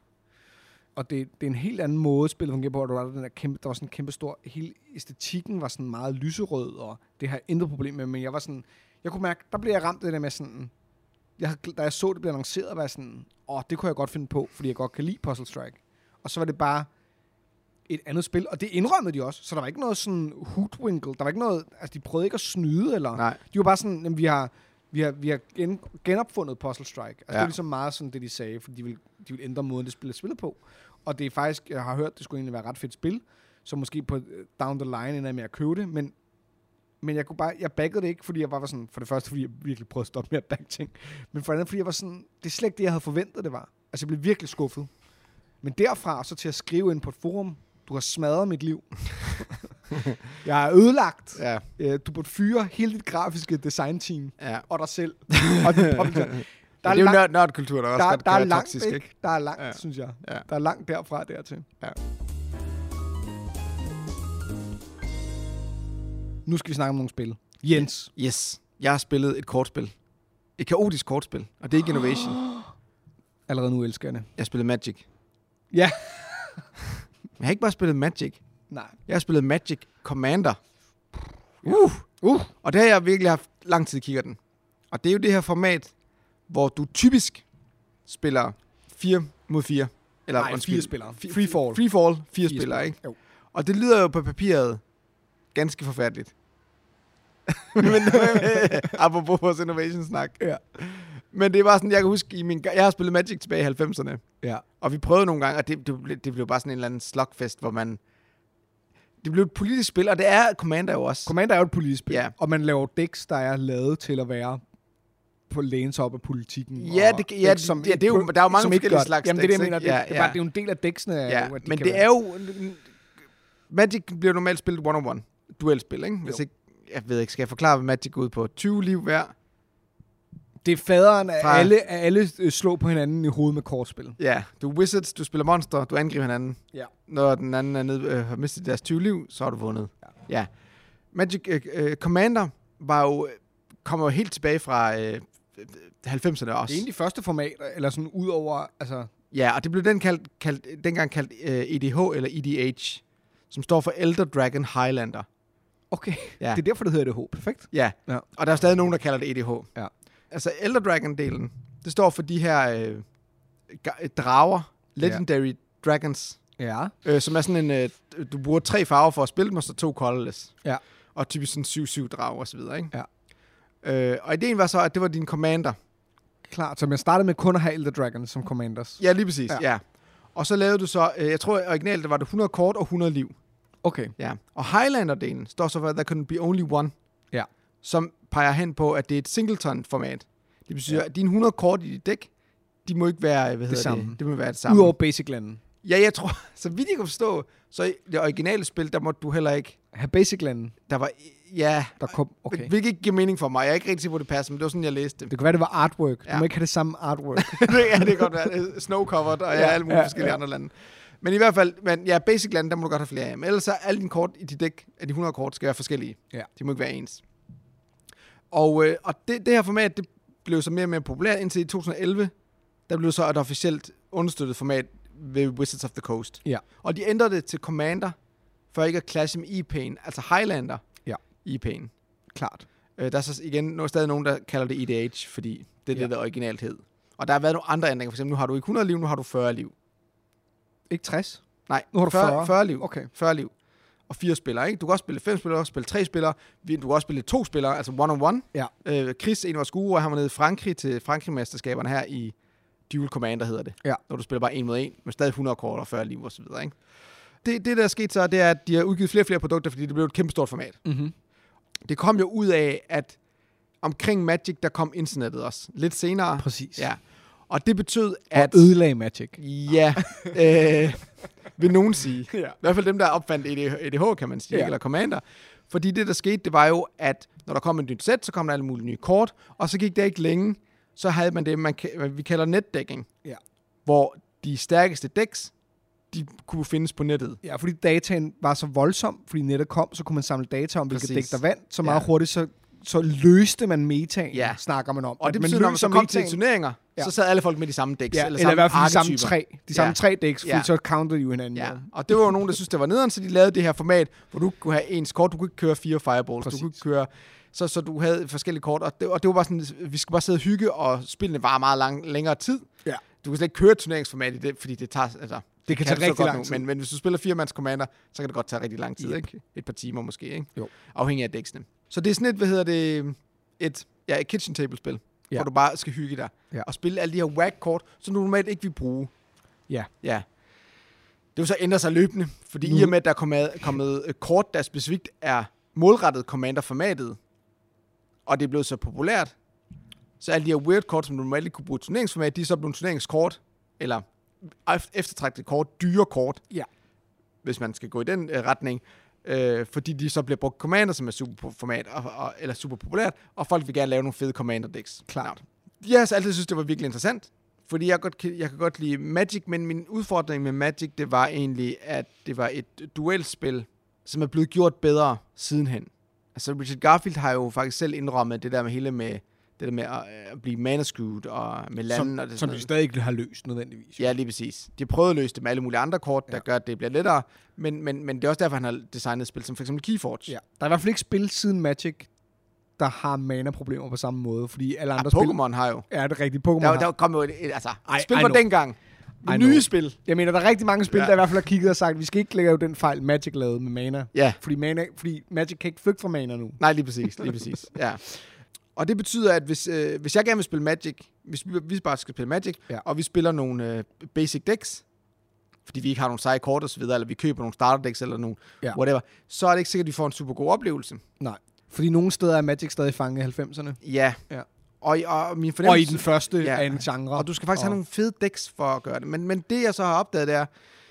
Og det, det er en helt anden måde, spillet fungerer på, og der var, den der, kæmpe, der var sådan en kæmpe stor, hele æstetikken var sådan meget lyserød, og det har jeg intet problem med, men jeg var sådan, jeg kunne mærke, der blev jeg ramt det der med sådan, jeg, da jeg så det blev annonceret, var jeg sådan, åh, det kunne jeg godt finde på, fordi jeg godt kan lide Puzzle Strike. Og så var det bare et andet spil, og det indrømmede de også, så der var ikke noget sådan hoodwinkle, der var ikke noget, altså de prøvede ikke at snyde, eller, Nej. De var bare sådan, jamen, vi har, vi har, vi har gen, genopfundet Puzzle Strike. Altså ja. Det er ligesom meget sådan det, de sagde, fordi de vil, de vil ændre måden, det spillet spillet på. Og det er faktisk, jeg har hørt, det skulle egentlig være et ret fedt spil, så måske på down the line ender jeg med at købe det, men, men jeg kunne bare, jeg baggede det ikke, fordi jeg bare var sådan, for det første, fordi jeg virkelig prøvede at stoppe med at bagge ting, men for det andet, fordi jeg var sådan, det er slet ikke det, jeg havde forventet, det var. Altså, jeg blev virkelig skuffet. Men derfra, så til at skrive ind på et forum, du har smadret mit liv. Jeg er ødelagt. Ja. Du burde fyre hele dit grafiske design-team, ja. Og dig selv. Og det, og Der er, det er lang, jo nørdkultur, der også der, godt der kan er være langt, toksisk, ikke? Der er langt, ja. Synes jeg. Ja. Der er langt derfra dertil. Ja. Nu skal vi snakke om nogle spil. Jens. Yes. Jeg har spillet et kortspil. Et kaotisk kortspil. Og det er ikke Innovation. Allerede nu elsker jeg det. Jeg har spillet Magic. Ja. Jeg har ikke bare spillet Magic. Nej. Jeg har spillet Magic Commander. Uh. Uh. Og det har jeg virkelig haft lang tid kigger den. Og det er jo det her format, hvor du typisk spiller fire mod fire. Eller Nej, undskyld, fire spillere. Free fall. Free fall, fire, fire spillere, ikke? Jo. Og det lyder jo på papiret ganske forfærdeligt. Men apropos vores innovation-snak. Ja. Men det er bare sådan, jeg kan huske, i min, jeg har spillet Magic tilbage i halvfemserne. Ja. Og vi prøvede nogle gange, og det, det, det blev bare sådan en eller anden slugfest, hvor man... Det blev et politisk spil, og det er Commander jo også. Commander er jo et politisk spil. Ja. Og man laver decks, der er lavet til at være på læne sig op af politikken. Ja, det, ja, decks, som, ja det er jo, der er jo mange forskellige slags Jamen, decks. Det, mener, det, ja, det, er bare, det er jo en del af dæksene. Ja, jo, at de men det være. er jo... Magic bliver normalt spillet one-on-one. Duelspil, ikke? Hvis ikke... Jeg ved ikke, skal jeg forklare, hvad Magic går ud på? tyve liv hver. Det er faderen af Fra... alle, af alle slår på hinanden i hovedet med kortspil. Ja, du er wizards, du spiller monster, du angriber hinanden. Ja. Når den anden er ned, øh, har mistet deres tyve liv, så har du vundet. Ja. Ja. Magic uh, uh, Commander var jo, kommer jo helt tilbage fra uh, halvfemserne også. Det er egentlig første format, eller sådan ud over... Altså... Ja, og det blev den kaldt, kaldt, dengang kaldt uh, E D H eller E D H, som står for Elder Dragon Highlander. Okay, ja. Det er derfor, det hedder E D H. Perfekt. Ja. Ja, og der er stadig nogen, der kalder det E D H. Ja. Altså Elder Dragon-delen, det står for de her øh, drager, Legendary ja. Dragons, ja. øh, som er sådan en, øh, du bruger tre farver for at spille dem, og så to colorless. Ja. Og typisk sådan syv syv drager og så videre, ikke? Ja. Øh, og ideen var så, at det var din commander. Klart, så man startede med kun at have Elder Dragons som commanders. Ja, lige præcis, ja. ja. Og så lavede du så, øh, jeg tror originalt, der var det hundrede kort og hundrede liv. Okay. Ja. Og Highlander-delen står så for, at there can be only one. Ja. Som peger hen på, at det er et singleton-format. Det betyder, ja. At dine hundrede kort i dit dæk, de må ikke være, hvad det hedder det? Det må være det samme. Udover basic-landen. Ja, jeg tror, så vidt jeg kan forstå, så i det originale spil, der måtte du heller ikke... have basic-landen? Der var, ja... Der kom, okay. Hvilket ikke giver mening for mig. Jeg er ikke rigtig sikker på, det passer, men det var sådan, jeg læste det. Det kan være, det var artwork. Ja. Du må ikke have det samme artwork. Ja, det kan godt være. Snow-covered og ja, ja, alle mulige ja, forskellige ja. Andre lande. Men i hvert fald, men ja, basic-landen, der må du godt have flere af. Men ellers så alle dine kort i dit dæk, af de hundrede kort, skal være forskellige. Ja. De må ikke være ens. Og, øh, og det, det her format, det blev så mere og mere populært indtil i to tusind og elleve, der blev så et officielt understøttet format ved Wizards of the Coast. Ja. Og de ændrede det til Commander, for ikke at clashe med I P'en, altså Highlander ja. I P'en. Klart. Øh, der er så igen nu er stadig nogen, der kalder det E D H, fordi det er ja. det, der originalt hed. Og der har været nogle andre ændringer. For eksempel, nu har du ikke hundrede liv, nu har du fyrre liv. Ikke tres? Nej, nu har du fyrre, fyrre. fyrre liv. Okay. fyrre liv. Og fire spillere, ikke? Du kan også spille fem spillere, du kan også spille tre spillere. Du kan også spille to spillere, altså one-on-one. Ja. Øh, Chris, en af vores guruer, han var nede i Frankrig til Frankrig-mesterskaberne her i Dual Commander, hedder det. Ja. Når du spiller bare en mod en, med stadig hundrede kort og fyrre liv og så videre, ikke? Det, det, der er sket så, det er, at de har udgivet flere og flere produkter, fordi det blev et kæmpe stort format. Mm-hmm. Det kom jo ud af, at omkring Magic, der kom internettet også. Lidt senere. Præcis. Ja. Og det betød, at... Og ødelag Magic. Ja. øh, vil nogen sige. Ja. I hvert fald dem, der opfandt E D H, kan man sige, ja. Eller Commander. Fordi det, der skete, det var jo, at når der kom et nyt sæt, så kom der alle mulige nye kort, og så gik det ikke længe, så havde man det, man, vi kalder netdækking. Ja. Hvor de stærkeste decks, de kunne findes på nettet. Ja, fordi dataen var så voldsom, fordi nettet kom, så kunne man samle data om, hvilket dæk der vandt, så meget ja. hurtigt, så, så løste man metaen, ja. snakker man om. Og det man betyder, når man så kom til turneringer, ja. så sad alle folk med de samme decks. Ja, eller, eller i hvert fald de samme samme tre, de samme ja. tre decks, fordi ja. så countede de jo hinanden. Ja. Og det var jo nogen, der synes det var nederen, så de lavede det her format, hvor du kunne have ens kort, du kunne ikke køre fire fireballs, Præcis. du kunne ikke køre... Så, så du havde forskellige kort, og det, og det var bare sådan, vi skulle bare sidde og hygge, og spillene var meget lang, længere tid. Ja. Du kan slet ikke køre et turneringsformat i det, fordi det tager... Altså, det kan tage rigtig lang tid. Nu, men, men hvis du spiller fire-mands Commander, så kan det godt tage rigtig lang tid, yep. ikke? Et par timer måske, ikke? Jo. Afhængig af dæksene. Så det er sådan et, hvad hedder det, et, ja, et kitchen table-spil, ja. hvor du bare skal hygge dig, ja. og spille alle de her whack-kort, som du normalt ikke vil bruge. Ja. Ja. Det vil så ændre sig løbende, fordi nu. i og med, at der er kommet, kommet kort, der specifikt er målrettet Commander-formatet, og det er blevet så populært, så alle de her weird kort, som du normalt ikke kunne bruge i turneringsformat, de er så blevet turneringskort, eller eftertragtet kort, dyre kort, ja. hvis man skal gå i den øh, retning, øh, fordi de så bliver brugt Commander, som er super format, og, og, eller super populært, og folk vil gerne lave nogle fede Commander decks. Klart. Jeg har altid synes det var virkelig interessant, fordi jeg, godt, jeg kan godt lide Magic, men min udfordring med Magic, det var egentlig, at det var et duelspil, som er blevet gjort bedre sidenhen. Altså Richard Garfield har jo faktisk selv indrømmet det der med hele med det der med at, at blive manascrewed og med landen som, og det som de stadig ikke har løst nødvendigvis. Ja, lige præcis. De har prøvet at løse det med alle mulige andre kort, der ja. gør, at det bliver lettere, men, men, men det er også derfor, han har designet spil som for eksempel Keyforge. Ja. Der er i hvert fald ikke spil siden Magic, der har mana-problemer på samme måde, fordi alle andre ja, spil... Pokémon har jo. Ja, det er rigtigt. Pokémon der, har. Der kom jo et, et altså, I, spil I på know. dengang. Det nye spil. Jeg mener, der er rigtig mange spil, ja. der i hvert fald har kigget og sagt, vi skal ikke lave den fejl, Magic lavede med mana. Ja. Fordi, mana, fordi Magic kan ikke flygte fra mana nu. Nej, lige præcis. Lige præcis. Ja. Og det betyder, at hvis, øh, hvis jeg gerne vil spille Magic, hvis vi, vi bare skal spille Magic, ja. og vi spiller nogle øh, basic decks, fordi vi ikke har nogle seje kort og så videre, eller vi køber nogle starter decks eller nogle ja. whatever, så er det ikke sikkert, at vi får en super god oplevelse. Nej. Fordi nogle steder er Magic stadig fanget i halvfemserne. Ja. ja. Og, og, min fornemmelse, og i den første ja. af en genre. Og du skal faktisk og... have nogle fede decks for at gøre det. Men, men det, jeg så har opdaget, det er,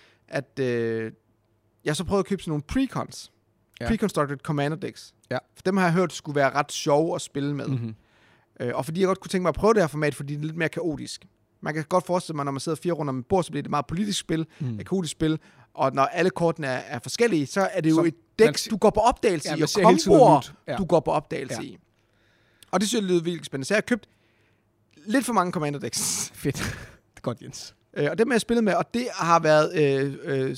at øh, jeg så prøvede at købe sådan nogle precons. Ja. Preconstructed Commander decks. Ja. For dem har jeg hørt skulle være ret sjove at spille med. Mm-hmm. Øh, og fordi jeg godt kunne tænke mig at prøve det her format, fordi det er lidt mere kaotisk. Man kan godt forestille mig, når man sidder fire runder med bord, så bliver det et meget politisk spil, mm. et kaotisk spil. Og når alle kortene er, er forskellige, så er det jo så et dæk, du går på opdagelse ja, i, og komboer, ja. du går på opdagelse ja. i. Og det synes jeg lyder virkelig spændende. Så jeg har købt lidt for mange Commander decks. Fedt. Det er godt, Jens. Øh, og dem har jeg spillet med, og det har været øh, øh,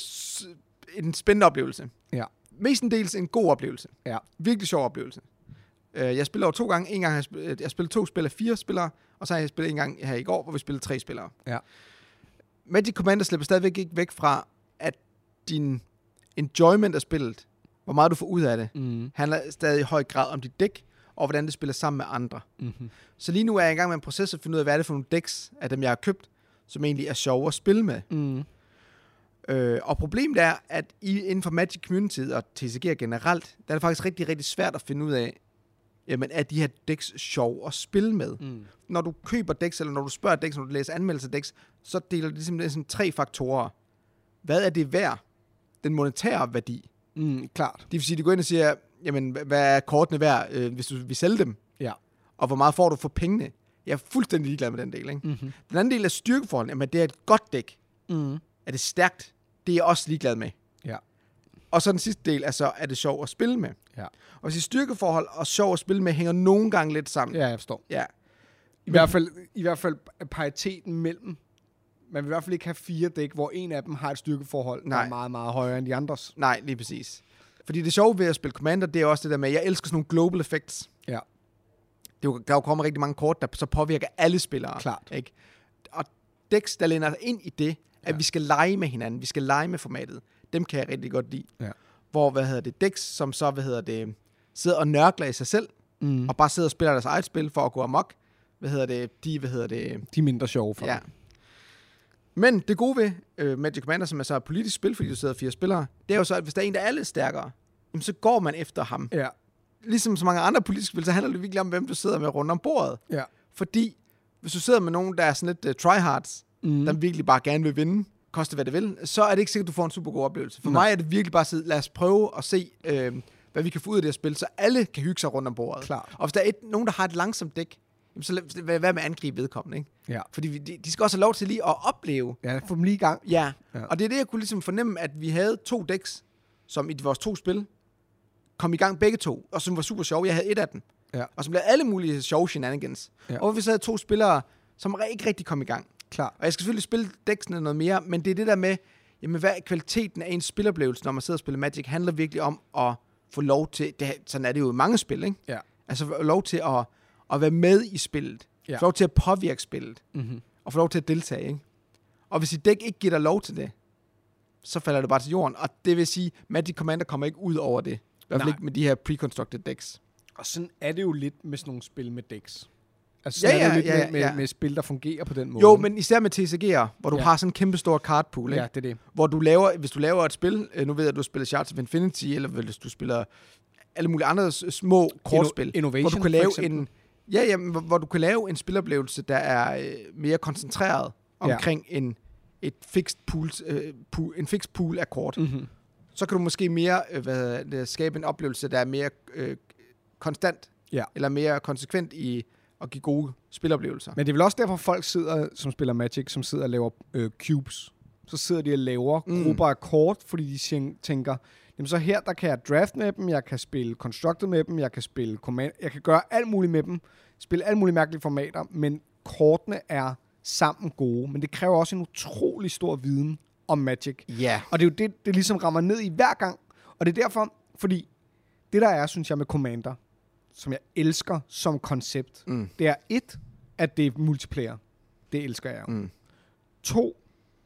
en spændende oplevelse. Ja. Mestendels en god oplevelse. Ja. Virkelig sjov oplevelse. Øh, jeg spiller over to gange. En gang har jeg, spillet, jeg spillet to spil af fire spillere, og så har jeg spillet en gang her i går, hvor vi spillede tre spillere. Ja. Magic Commander slipper stadigvæk ikke væk fra, at din enjoyment af spillet, hvor meget du får ud af det, mm. handler stadig i høj grad om dit dæk, og hvordan det spiller sammen med andre. Mm-hmm. Så lige nu er jeg i gang med en proces at finde ud af, hvad er det for nogle decks af dem, jeg har købt, som egentlig er sjove at spille med. Mm. Øh, og problemet er, at i, inden for Magic Community og T C G generelt, der er det faktisk rigtig, rigtig svært at finde ud af, jamen, er de her decks sjove at spille med? Mm. Når du køber decks, eller når du spørger decks, når du læser anmeldelser af decks, så deler det simpelthen sådan tre faktorer. Hvad er det værd? Den monetære værdi. Mm, klart. Det vil sige, at de går ind og siger, jamen, hvad er kortene værd, øh, hvis du vil sælge dem? Ja. Og hvor meget får du for pengene? Jeg er fuldstændig ligeglad med den del, ikke? Mm-hmm. Den anden del er styrkeforholdet. Jamen, det er et godt dæk. Mm. Er det stærkt? Det er jeg også ligeglad med. Ja. Og så den sidste del er så, er det sjovt at spille med. Ja. Og så styrkeforhold og sjov at spille med hænger nogle gange lidt sammen. Ja, jeg forstår. Ja. I hvert fald, i hvert fald pariteten mellem. Man vil i hvert fald ikke have fire dæk, hvor en af dem har et styrkeforhold, Nej. der er meget, meget højere end de andres. Nej, lige præcis. Fordi det sjove ved at spille Commander, det er også det der med, jeg elsker sådan nogle global effects. Ja. Det er jo, der kommer rigtig mange kort, der så påvirker alle spillere. Klart. Ikke? Og decks, der læner ind i det, at Ja. vi skal lege med hinanden, vi skal lege med formatet. Dem kan jeg rigtig godt lide. Ja. Hvor, hvad hedder det, decks, som så, hvad hedder det, sidder og nørkler i sig selv, Mm. og bare sidder og spiller deres eget spil for at gå amok. Hvad hedder det, de, hvad hedder det... De er mindre sjove for Ja. dem. Men det gode ved øh, Magic Commander, som er så et politisk spil, fordi du sidder fire spillere, det er jo så, at hvis der er en, der er lidt stærkere, jamen, så går man efter ham. Ja. Ligesom så mange andre politiske spil, så handler det virkelig om, hvem du sidder med rundt om bordet. Ja. Fordi hvis du sidder med nogen, der er sådan lidt uh, tryhards, Mm. der virkelig bare gerne vil vinde, koste hvad det vil, så er det ikke sikkert, at du får en super god oplevelse. For Nej. mig er det virkelig bare at sidde, lad os prøve at se, øh, hvad vi kan få ud af det her spil, så alle kan hygge sig rundt om bordet. Klart. Og hvis der er et, nogen, der har et langsomt dæk, jamen, så lad, hvad med at angribe vedkommende, ikke? Ja. Fordi vi, de, de skal også have lov til lige at opleve. Ja, få dem lige i gang. Ja. Ja. Og det er det, jeg kunne ligesom fornemme, at vi havde to decks, som i vores to spil kom i gang begge to, og som var super sjove. Jeg havde et af dem. Ja. Og som lavede alle mulige sjove shenanigans. Ja. Og hvor vi så havde to spillere, som ikke rigtig kom i gang. Klar. Og jeg skal selvfølgelig spille dæksene noget mere, men det er det der med, jamen hvad er kvaliteten af en spiloplevelse, når man sidder og spiller Magic, handler virkelig om at få lov til, det, sådan er det jo i mange spil, ikke? Ja. Altså få lov til at, at være med i spillet. Ja. Få lov til at påvirke spillet. Mm-hmm. Og få lov til at deltage, ikke? Og hvis dit dæk ikke giver dig lov til det, så falder det bare til jorden. Og det vil sige, Magic Commander kommer ikke ud over det. I hvert fald Nej. ikke med de her pre-constructed decks. Og sådan er det jo lidt med sådan nogle spil med decks. Altså Ja, sådan er det jo ja, lidt ja, med, ja. med, med spil, der fungerer på den måde. Jo, men især med T C G'er, hvor du Ja. har sådan en kæmpe stor card pool, ikke? Ja, det er det. Hvor du laver, hvis du laver et spil, øh, nu ved jeg, at du spiller Shards of Infinity, eller hvis du spiller alle mulige andre s- små kortspil, Innovation, hvor du kan for lave eksempel. en, ja, jamen, hvor, hvor du kan lave en spiloplevelse, der er øh, mere koncentreret omkring ja. en et fixed pool, øh, pool, en fixed pool af kort. Mm-hmm. Så kan du måske mere øh, hvad, det, skabe en oplevelse, der er mere øh, konstant, Ja. eller mere konsekvent i at give gode spiloplevelser. Men det er vel også derfor, folk sidder, som spiller Magic, som sidder og laver øh, cubes. Så sidder de og laver Mm. grupper af kort, fordi de tjen- tænker, jamen så her, der kan jeg draft med dem, jeg kan spille constructed med dem, jeg kan spille command, jeg kan gøre alt muligt med dem, spille alle mulige mærkelige formater, men kortene er sammen gode. Men det kræver også en utrolig stor viden om Magic. Ja. Og det er jo det, det ligesom rammer ned i hver gang. Og det er derfor, fordi det der er, synes jeg, med Commander, som jeg elsker som koncept, Mm. det er et, at det er multiplayer. Det elsker jeg jo. Mm. To,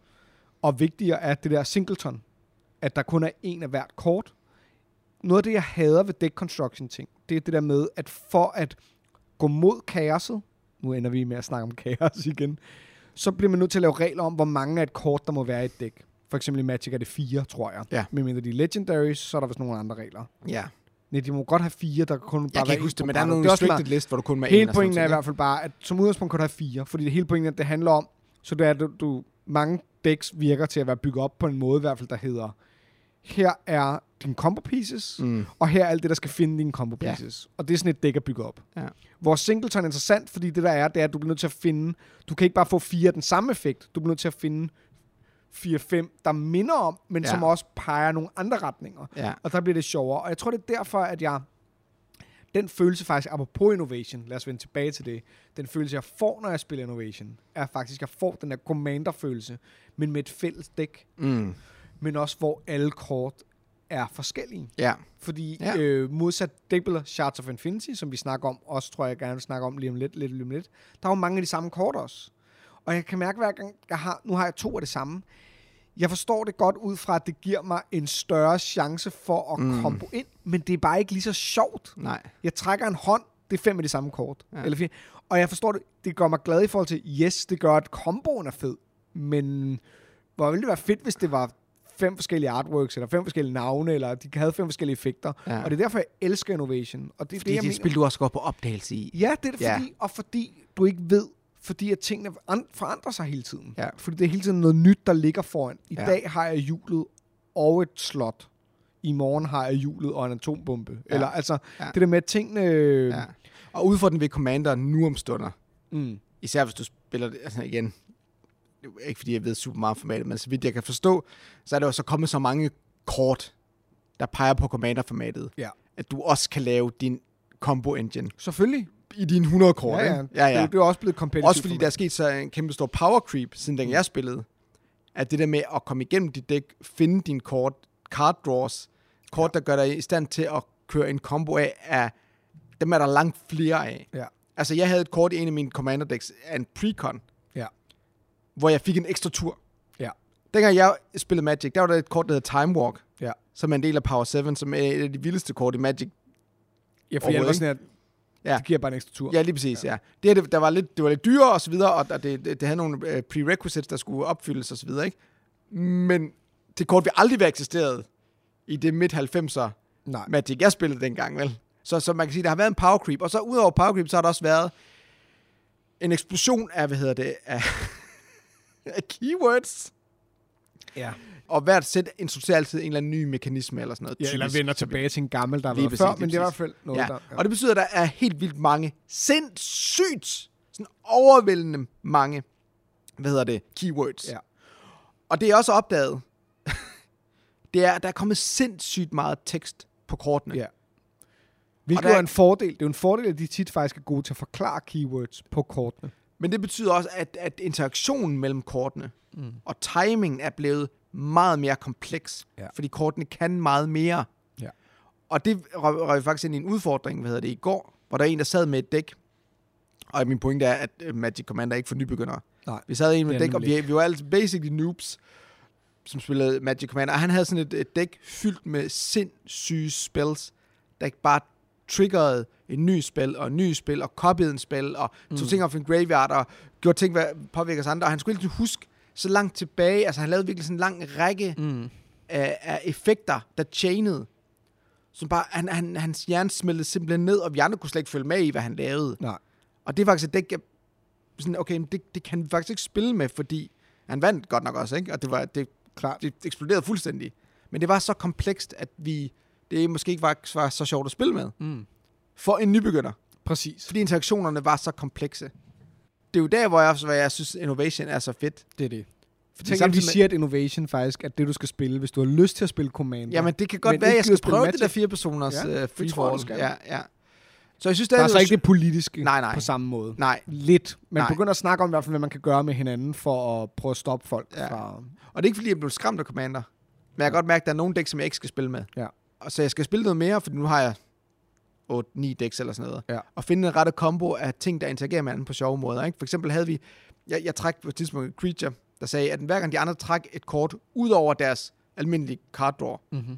og vigtigere er det der singleton, at der kun er en af hvert kort. Noget af det, jeg hader ved deck construction ting, det er det der med, at for at gå mod kaoset, nu ender vi med at snakke om kaos igen, så bliver man nødt til at lave regler om, hvor mange af et kort, der må være i et dæk. For eksempel i Magic er det fire, tror jeg. Ja. Men mindre de er legendaries, så er der vist nogle andre regler. Ja. Nej, de må godt have fire, der kun bare Jeg kan være ikke huske en det, på men der er brættet. nogle Det også restricted meget- list, hvor du kun må en Hele og sådan pointen er i noget, hvert fald bare, at som udgangspunkt kan du have fire, fordi det hele pointen, det handler om, så det er, at du, du, mange decks virker til at være bygget op på en måde i hvert fald, der hedder, her er dine combo pieces, Mm. og her er alt det, der skal finde dine combo Ja. pieces. Og det er sådan et dæk at bygge op. Ja. Hvor singleton er interessant, fordi det der er, det er, at du bliver nødt til at finde, du kan ikke bare få fire af den samme effekt, du bliver nødt til at finde fire fem, der minder om, men Ja. som også peger nogle andre retninger. Ja. Og der bliver det sjovere. Og jeg tror, det er derfor, at jeg... Den følelse faktisk, apropos innovation, lad os vende tilbage til det, den følelse, jeg får, når jeg spiller innovation, er faktisk, at jeg får den der commander-følelse, men med et fælles dæk, Mm. men også hvor alle kort er forskellige. Ja. Fordi Ja. øh, modsat Debler Shards of Infinity, som vi snakker om, også tror jeg, jeg gerne vil snakke om lige om lidt, lidt, lidt, lidt, der er jo mange af de samme kort også. Og jeg kan mærke, hver gang jeg har, nu har jeg to af det samme, jeg forstår det godt ud fra, at det giver mig en større chance for at Mm. kombo ind, men det er bare ikke lige så sjovt. Nej. Jeg trækker en hånd, det er fem af de samme kort. Ja. Eller fire. Og jeg forstår det, det gør mig glad i forhold til, yes, det gør, at komboen er fed, men hvor ville det være fedt, hvis det var fem forskellige artworks, eller fem forskellige navne, eller de havde fem forskellige effekter. Ja. Og det er derfor, jeg elsker innovation. Og det er Fordi det, jeg det er et mener. spil, du også går på opdagelse i. Ja, det er det, Ja. fordi, og fordi du ikke ved, fordi at tingene an- forandrer sig hele tiden. Ja. Fordi det er hele tiden noget nyt, der ligger foran. I Ja. dag har jeg hjulet og et slot. I morgen har jeg hjulet og en atombombe. Ja. Eller altså, Ja. det der med, at tingene... Øh, Ja. Og udfordringen ved Commander nu om stunder, mm, især hvis du spiller det, altså igen, det er ikke fordi jeg ved super meget om formatet, men så vidt jeg kan forstå, så er der jo så kommet så mange kort, der peger på Commander-formatet, Ja. at du også kan lave din combo engine. selvfølgelig. i dine hundrede kort. Ja, ja. Ja, ja. Det, det er også blevet competitive. Også fordi der er sket så en kæmpe stor power creep, siden den jeg spillede. At det der med at komme igennem dit dæk, finde dine kort, card draws, kort, ja. der gør dig i stand til at køre en combo af, af dem er der langt flere af. Ja. Altså, jeg havde et kort i en af mine commander decks af en precon, ja. hvor jeg fik en ekstra tur. Ja. Dengang jeg spillede Magic, der var der et kort, der hedder Time Walk, ja. som er en del af Power syv, som er et af de vildeste kort i Magic. Ja, for jeg var sådan, at ja. det giver bare en ekstra tur. Ja, lige præcis, ja. ja. Det, det, der var lidt, det var lidt dyrere og så videre, og det, det, det havde nogle uh, prerequisites, der skulle opfyldes og så videre, ikke? Men det kort vil aldrig være eksisteret i det midt halvfemser Nej. Magic, jeg spillede dengang, vel? Så, så man kan sige, der har været en power creep, og så udover power creep, så har der også været en eksplosion af, hvad hedder det, af, af keywords. Ja. Og hvert sæt introducerer altid en eller anden ny mekanisme eller sådan noget. Ja, typisk. eller vender tilbage til en gammel, der var præcis, før, men det er i hvert fald noget, ja. der... Ja. Og det betyder, at der er helt vildt mange, sindssygt, sådan overvældende mange, hvad hedder det, keywords. Ja. Og det er også opdaget, det er, der er kommet sindssygt meget tekst på kortene. Ja. Hvilket er en fordel. Det er jo en fordel, at de tit faktisk er gode til at forklare keywords på kortene. Men det betyder også, at, at interaktionen mellem kortene mm. og timingen er blevet meget mere kompleks. Ja. Fordi kortene kan meget mere. Ja. Og det røg faktisk ind i en udfordring, hvad hedder det, i går, hvor der er en, der sad med et dæk. Og min pointe er, at Magic Commander er ikke for nybegyndere. Nej, vi sad en med et dæk, og vi, vi var altså basically noobs, som spillede Magic Commander. Og han havde sådan et, et dæk fyldt med sindssyge spells, der ikke bare triggerede en ny spil, og en ny spil, og copyede en spil, og mm. tog ting op i en graveyard, og gjorde ting, hvad påvirker sig andre. Og han skulle ikke huske så langt tilbage. Altså, han lavede virkelig sådan en lang række mm. af, af effekter, der chainede. Som bare, han, han, hans hjerne smeltede simpelthen ned, og vi andre kunne slet ikke følge med i, hvad han lavede. Nej. Og det er faktisk et dæk, jeg, sådan, okay, det, det kan vi faktisk ikke spille med, fordi han vandt godt nok også, ikke? Og det var, det, Klart. det eksploderede fuldstændig. Men det var så komplekst, at vi, det måske ikke var, var så sjovt at spille med. Mm. For en nybegynder. Præcis. Fordi interaktionerne var så komplekse. Det er jo der, hvor jeg, hvor jeg synes, innovation er så fedt. Det er det. Tænk, at vi siger, at innovation faktisk er det, du skal spille, hvis du har lyst til at spille Commander. Jamen, det kan godt være, at jeg skal prøve det der fire personers ja, uh, free fall. Ja, ja. Så jeg synes, det der er, er så ikke det politiske nej, nej. på samme måde. Nej. Lidt. Man nej. begynder at snakke om, i hvert fald, hvad man kan gøre med hinanden for at prøve at stoppe folk ja. fra... Og det er ikke, fordi jeg blev skræmt af Commander. Men jeg kan godt mærke, at der er nogle decks, som jeg ikke skal spille med. Ja. Og så jeg skal spille noget mere, for nu har jeg otte ni decks eller sådan noget. Ja. Og finde en rette kombo af ting, der interagerer med hinanden på sjove måder. Ikke? For eksempel havde vi... Jeg, jeg trak på et tidspunkt et creature, der sagde, at hver gang de andre træk et kort ud over deres almindelige card draw, mm-hmm.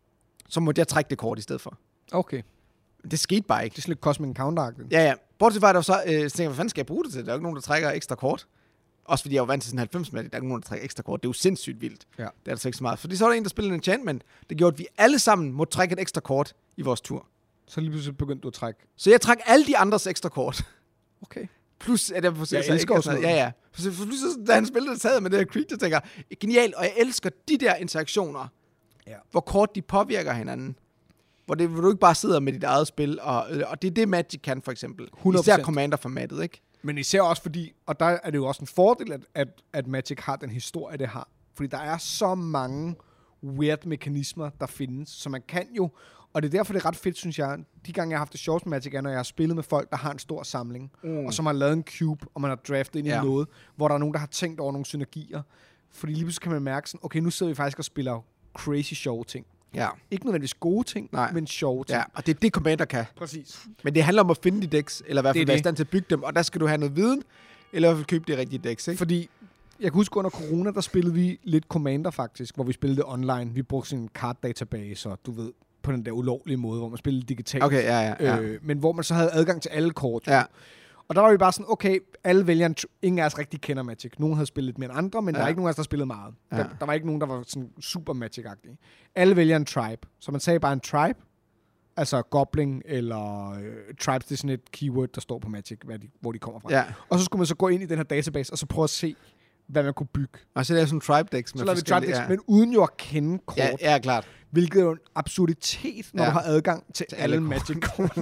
så måtte jeg trække det kort i stedet for. Okay. Det skete bare ikke. Det er sådan lidt Cosmic Counter-agtigt. Ja, ja. Bortset fra, at der så øh, tænkte jeg, hvad fanden skal jeg bruge det til? Der er jo ikke nogen, der trækker ekstra kort. Også fordi jeg var vant til sådan halvfems med det. Der er ikke nogen, der trækker ekstra kort. Det er jo sindssygt vildt. Ja. Det er altså ikke så meget. Fordi så var der en, der spillede en enchantment. Det gjorde, at vi alle sammen måtte trække et ekstra kort i vores tur. Så lige pludselig begyndte du at trække. Så jeg trak alle de andres ekstra kort. Okay. Plus, at jeg, for, jeg elsker også noget. Ja, ja. For, for, for, da han spillede det, sad med det her creature, tænker genialt. Og jeg elsker de der interaktioner, ja. hvor kort de påvirker hinanden. Hvor, det, hvor du ikke bare sidder med dit eget spil. Og, og det er det, Magic kan, for eksempel. hundrede procent. Især Commander-formatet, ikke? Men især også fordi, og der er det jo også en fordel, at, at, at Magic har den historie, det har. Fordi der er så mange weird mekanismer, der findes, så man kan jo, og det er derfor, det er ret fedt, synes jeg, de gange, jeg har haft det sjovt med Magic, er, når jeg har spillet med folk, der har en stor samling, mm. og som har lavet en cube, og man har draftet ind i ja. noget, hvor der er nogen, der har tænkt over nogle synergier. Fordi lige pludselig kan man mærke sådan, okay, nu sidder vi faktisk og spiller crazy sjove ting. Ja. Ikke nødvendigvis gode ting, nej. men sjove ting. Ja, og det er det, Commander kan. Præcis. Men det handler om at finde de decks, eller i hvert fald være i det. stand til at bygge dem, og der skal du have noget viden, eller i hvert fald købe de rigtige decks, ikke? Fordi, jeg kan huske under corona, der spillede vi lidt Commander faktisk, hvor vi spillede online. Vi brugte sådan en card-database, og du ved, på den der ulovlige måde, hvor man spillede digitalt. Okay, ja, ja, ja. Øh, men hvor man så havde adgang til alle kort. Ja. Og der var vi bare sådan, okay, alle vælger en... Tr- ingen af os rigtig kender Magic. Nogen havde spillet lidt mere end andre, men ja. der er ikke nogen af os, der spillede meget. Ja. Der, der var ikke nogen, der var sådan super Magic-agtige. Alle vælger en tribe. Så man sagde bare en tribe, altså goblin eller øh, tribes, det er sådan et keyword, der står på Magic, hvad de, hvor de kommer fra. Ja. Og så skulle man så gå ind i den her database, og så prøve at se, hvad man kunne bygge. Og så lavede sådan en tribe decks med så lavede vi tribe decks, ja. men uden jo at kende kort. Ja, ja, klart. Hvilket er jo en absurditet, når ja. du har adgang til, til alle, alle Magic-kort.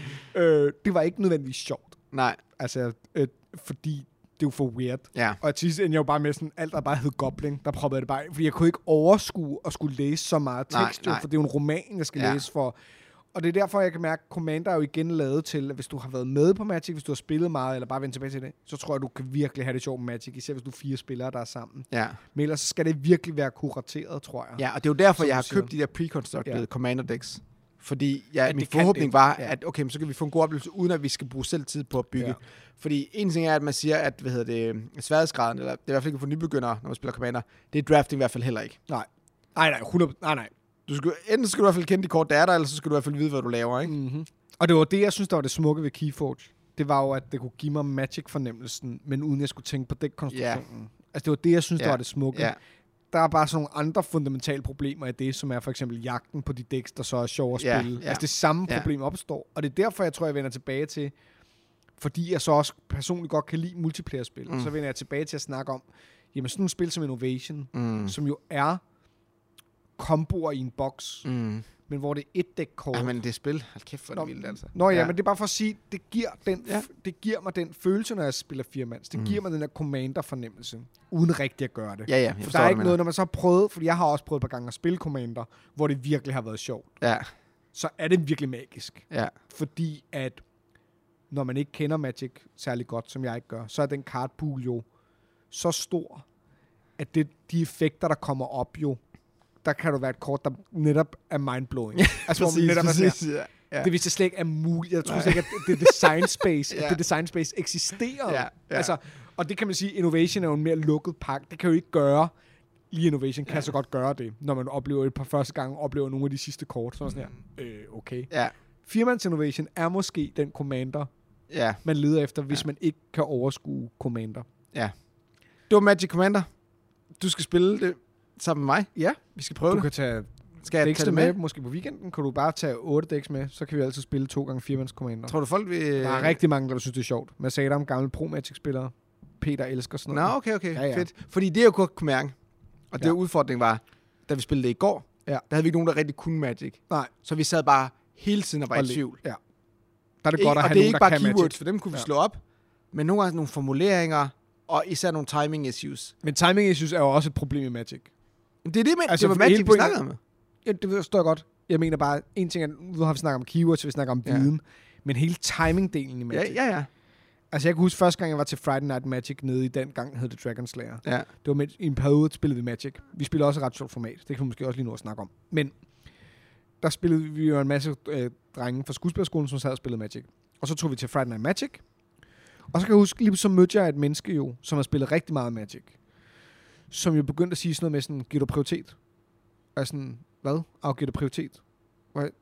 øh, det var ikke nødvendigvis sjovt. Nej. Altså, øh, fordi det er jo for weird. Ja. Og til sidst endte jeg jo bare med sådan, alt der bare hed Goblin, der proppede det bare, fordi jeg kunne ikke overskue at skulle læse så meget tekst, nej, jo, nej. for det er jo en roman, jeg skal ja. læse for. Og det er derfor, jeg kan mærke, at Commander er jo igen lavet til, at hvis du har været med på Magic, hvis du har spillet meget, eller bare vendt tilbage til det, så tror jeg, du kan virkelig have det sjovt med Magic, især hvis du er fire spillere, der er sammen. Ja. Men ellers skal det virkelig være kurateret, tror jeg. Ja, og det er jo derfor, Som jeg du har siger. købt de der pre-constructed Ja. Commander decks. Fordi ja, At min det kan forhåbning det. var, Ja. at okay, men så kan vi få en god oplevelse, uden at vi skal bruge selv tid på at bygge. Ja. Fordi en ting er, at man siger, at hvad hedder det, sværhedsgraden, eller det er i hvert fald ikke for nybegyndere, når man spiller Commander, det er drafting i hvert fald heller ikke. Nej. Nej, nej, hundrede Nej, nej. Du skal, enten skal du i hvert fald kende de kort, der er der, eller så skal du i hvert fald vide, hvad du laver, ikke? Mm-hmm. Og det var det, jeg synes, der var det smukke ved Keyforge. Det var jo, at det kunne give mig Magic-fornemmelsen, men uden jeg skulle tænke på dækkonstruktionen. Yeah. Altså, det var det, jeg synes, yeah. der var det smukke. Yeah. Der er bare sådan nogle andre fundamentale problemer i det, som er for eksempel jagten på de dæks, der så er sjov at spille. Yeah, Yeah. yeah. Altså, det samme Yeah. problem opstår. Og det er derfor, jeg tror, jeg vender tilbage til, fordi jeg så også personligt godt kan lide multiplayer-spil, mm. så vender jeg tilbage til at snakke om, jamen sådan nogle spil som Innovation, Mm. som jo er komboer i en boks, Mm. men hvor det er et dæk-kort. Ja, men det er spil. Hold kæft, for Nå, det vildt, altså. Nå ja, Ja. men det er bare for at sige, det giver, den, Ja. det giver mig den følelse, når jeg spiller firmands. Det Mm. giver mig den der commander-fornemmelse, uden rigtig at gøre det. Ja, ja, jeg For forstår, der er hvad ikke du noget, når man så har prøvet, fordi jeg har også prøvet et par gange at spille Commander, hvor det virkelig har været sjovt. mener. Ja, Så er det virkelig magisk. ja. Fordi at, når man ikke kender Magic særlig godt, som jeg ikke gør, så er den cardpool jo så stor, at det, de effekter, der kommer op jo, der kan du være et kort, der netop er mindblowing. Altså, hvor man netop er sådan her, præcis, ja. Ja. det vidste jeg slet ikke er muligt. Jeg tror Nej. slet ikke, at det design space, Ja. at det design space eksisterer. Ja, ja. Altså, og det kan man sige, Innovation er jo en mere lukket pakke. Det kan jo ikke gøre, lige Innovation kan Ja. så godt gøre det, når man oplever et par første gange, oplever nogle af de sidste kort. Så er sådan her, øh, okay. Ja, Firmands Innovation er måske den commander, ja, man leder efter, hvis Ja. man ikke kan overskue commander. ja. Det var Magic Commander. Du skal spille det sammen med mig. Ja, Vi skal prøve du det. kan tage Skal jeg tage dæksene det med? med? med, måske på weekenden. Kan du bare tage otte dæks med, så kan vi altid spille to gange firmands commander. Tror du folk vil... Der er rigtig mange, der synes, det er sjovt. Man sagde om gamle Pro-Magic-spillere. Peter elsker sådan Nå, noget. okay, okay. Ja, ja. Fedt. Fordi det, jeg kunne kunne mærke, og det Ja. udfordring var, da vi spillede det i går, Ja. der havde vi ikke nogen, der rigtig kunne Magic. Nej. Så vi sad bare hele tiden og var Og i le- tvivl. Ja. Der er det Ikke, godt at og have det er nogen, ikke der bare kan keywords, Magic. for dem kunne vi Ja. slå op, men nogle gange nogle formuleringer, og især nogle timing issues. Men timing issues er jo også et problem i Magic. Men det er det, med, Altså, det var for Magic, hele vi pointen- snakkede om. Ja, det forstår jeg godt. Jeg mener bare, en ting er, nu har vi snakket om keywords, vi snakker om Ja. viden, men hele timing-delen i Ja, Magic. ja, ja. Altså, jeg kan huske første gang, jeg var til Friday Night Magic nede i den gang, hed det Dragon Slayer. ja. Det var med, i en periode, spillede vi Magic. Vi spillede også et ret sjovt format. Det kan vi måske også lige nu at snakke om. Men der spillede vi jo en masse øh, drenge fra skuespillerskolen, som sad og spillede Magic. Og så tog vi til Friday Night Magic. Og så kan jeg huske, lige så mødte jeg et menneske jo, som har spillet rigtig meget Magic. Som jo begyndte at sige sådan noget med sådan, giver du prioritet? Og jeg sådan, hvad? Afgiver du prioritet? Og jeg,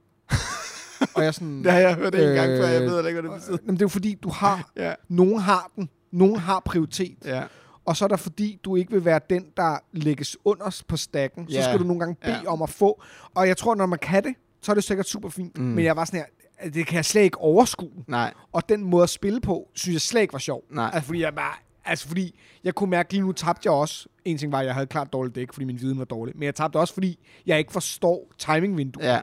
og jeg sådan... Det har jeg hørt en gang øh, før, jeg ved ikke, hvad det betyder. Jamen, det er jo fordi, du har... Ja, Nogen har den. Nogen har prioritet. ja. Og så er der fordi, du ikke vil være den, der lægges under på stakken. Så Ja. skal du nogle gange bede Ja. om at få. Og jeg tror, når man kan det, så er det sikkert super fint. Mm. Mm. Men jeg var sådan her, at det kan jeg slet ikke overskue. Nej, Og den måde at spille på, synes jeg slet ikke var sjov. nej. Altså fordi jeg bare... Altså fordi, jeg kunne mærke, lige nu tabte jeg også. En ting var, at jeg havde klart dårligt dæk, fordi min viden var dårlig. Men jeg tabte også, fordi jeg ikke forstår timingvinduet. Ja,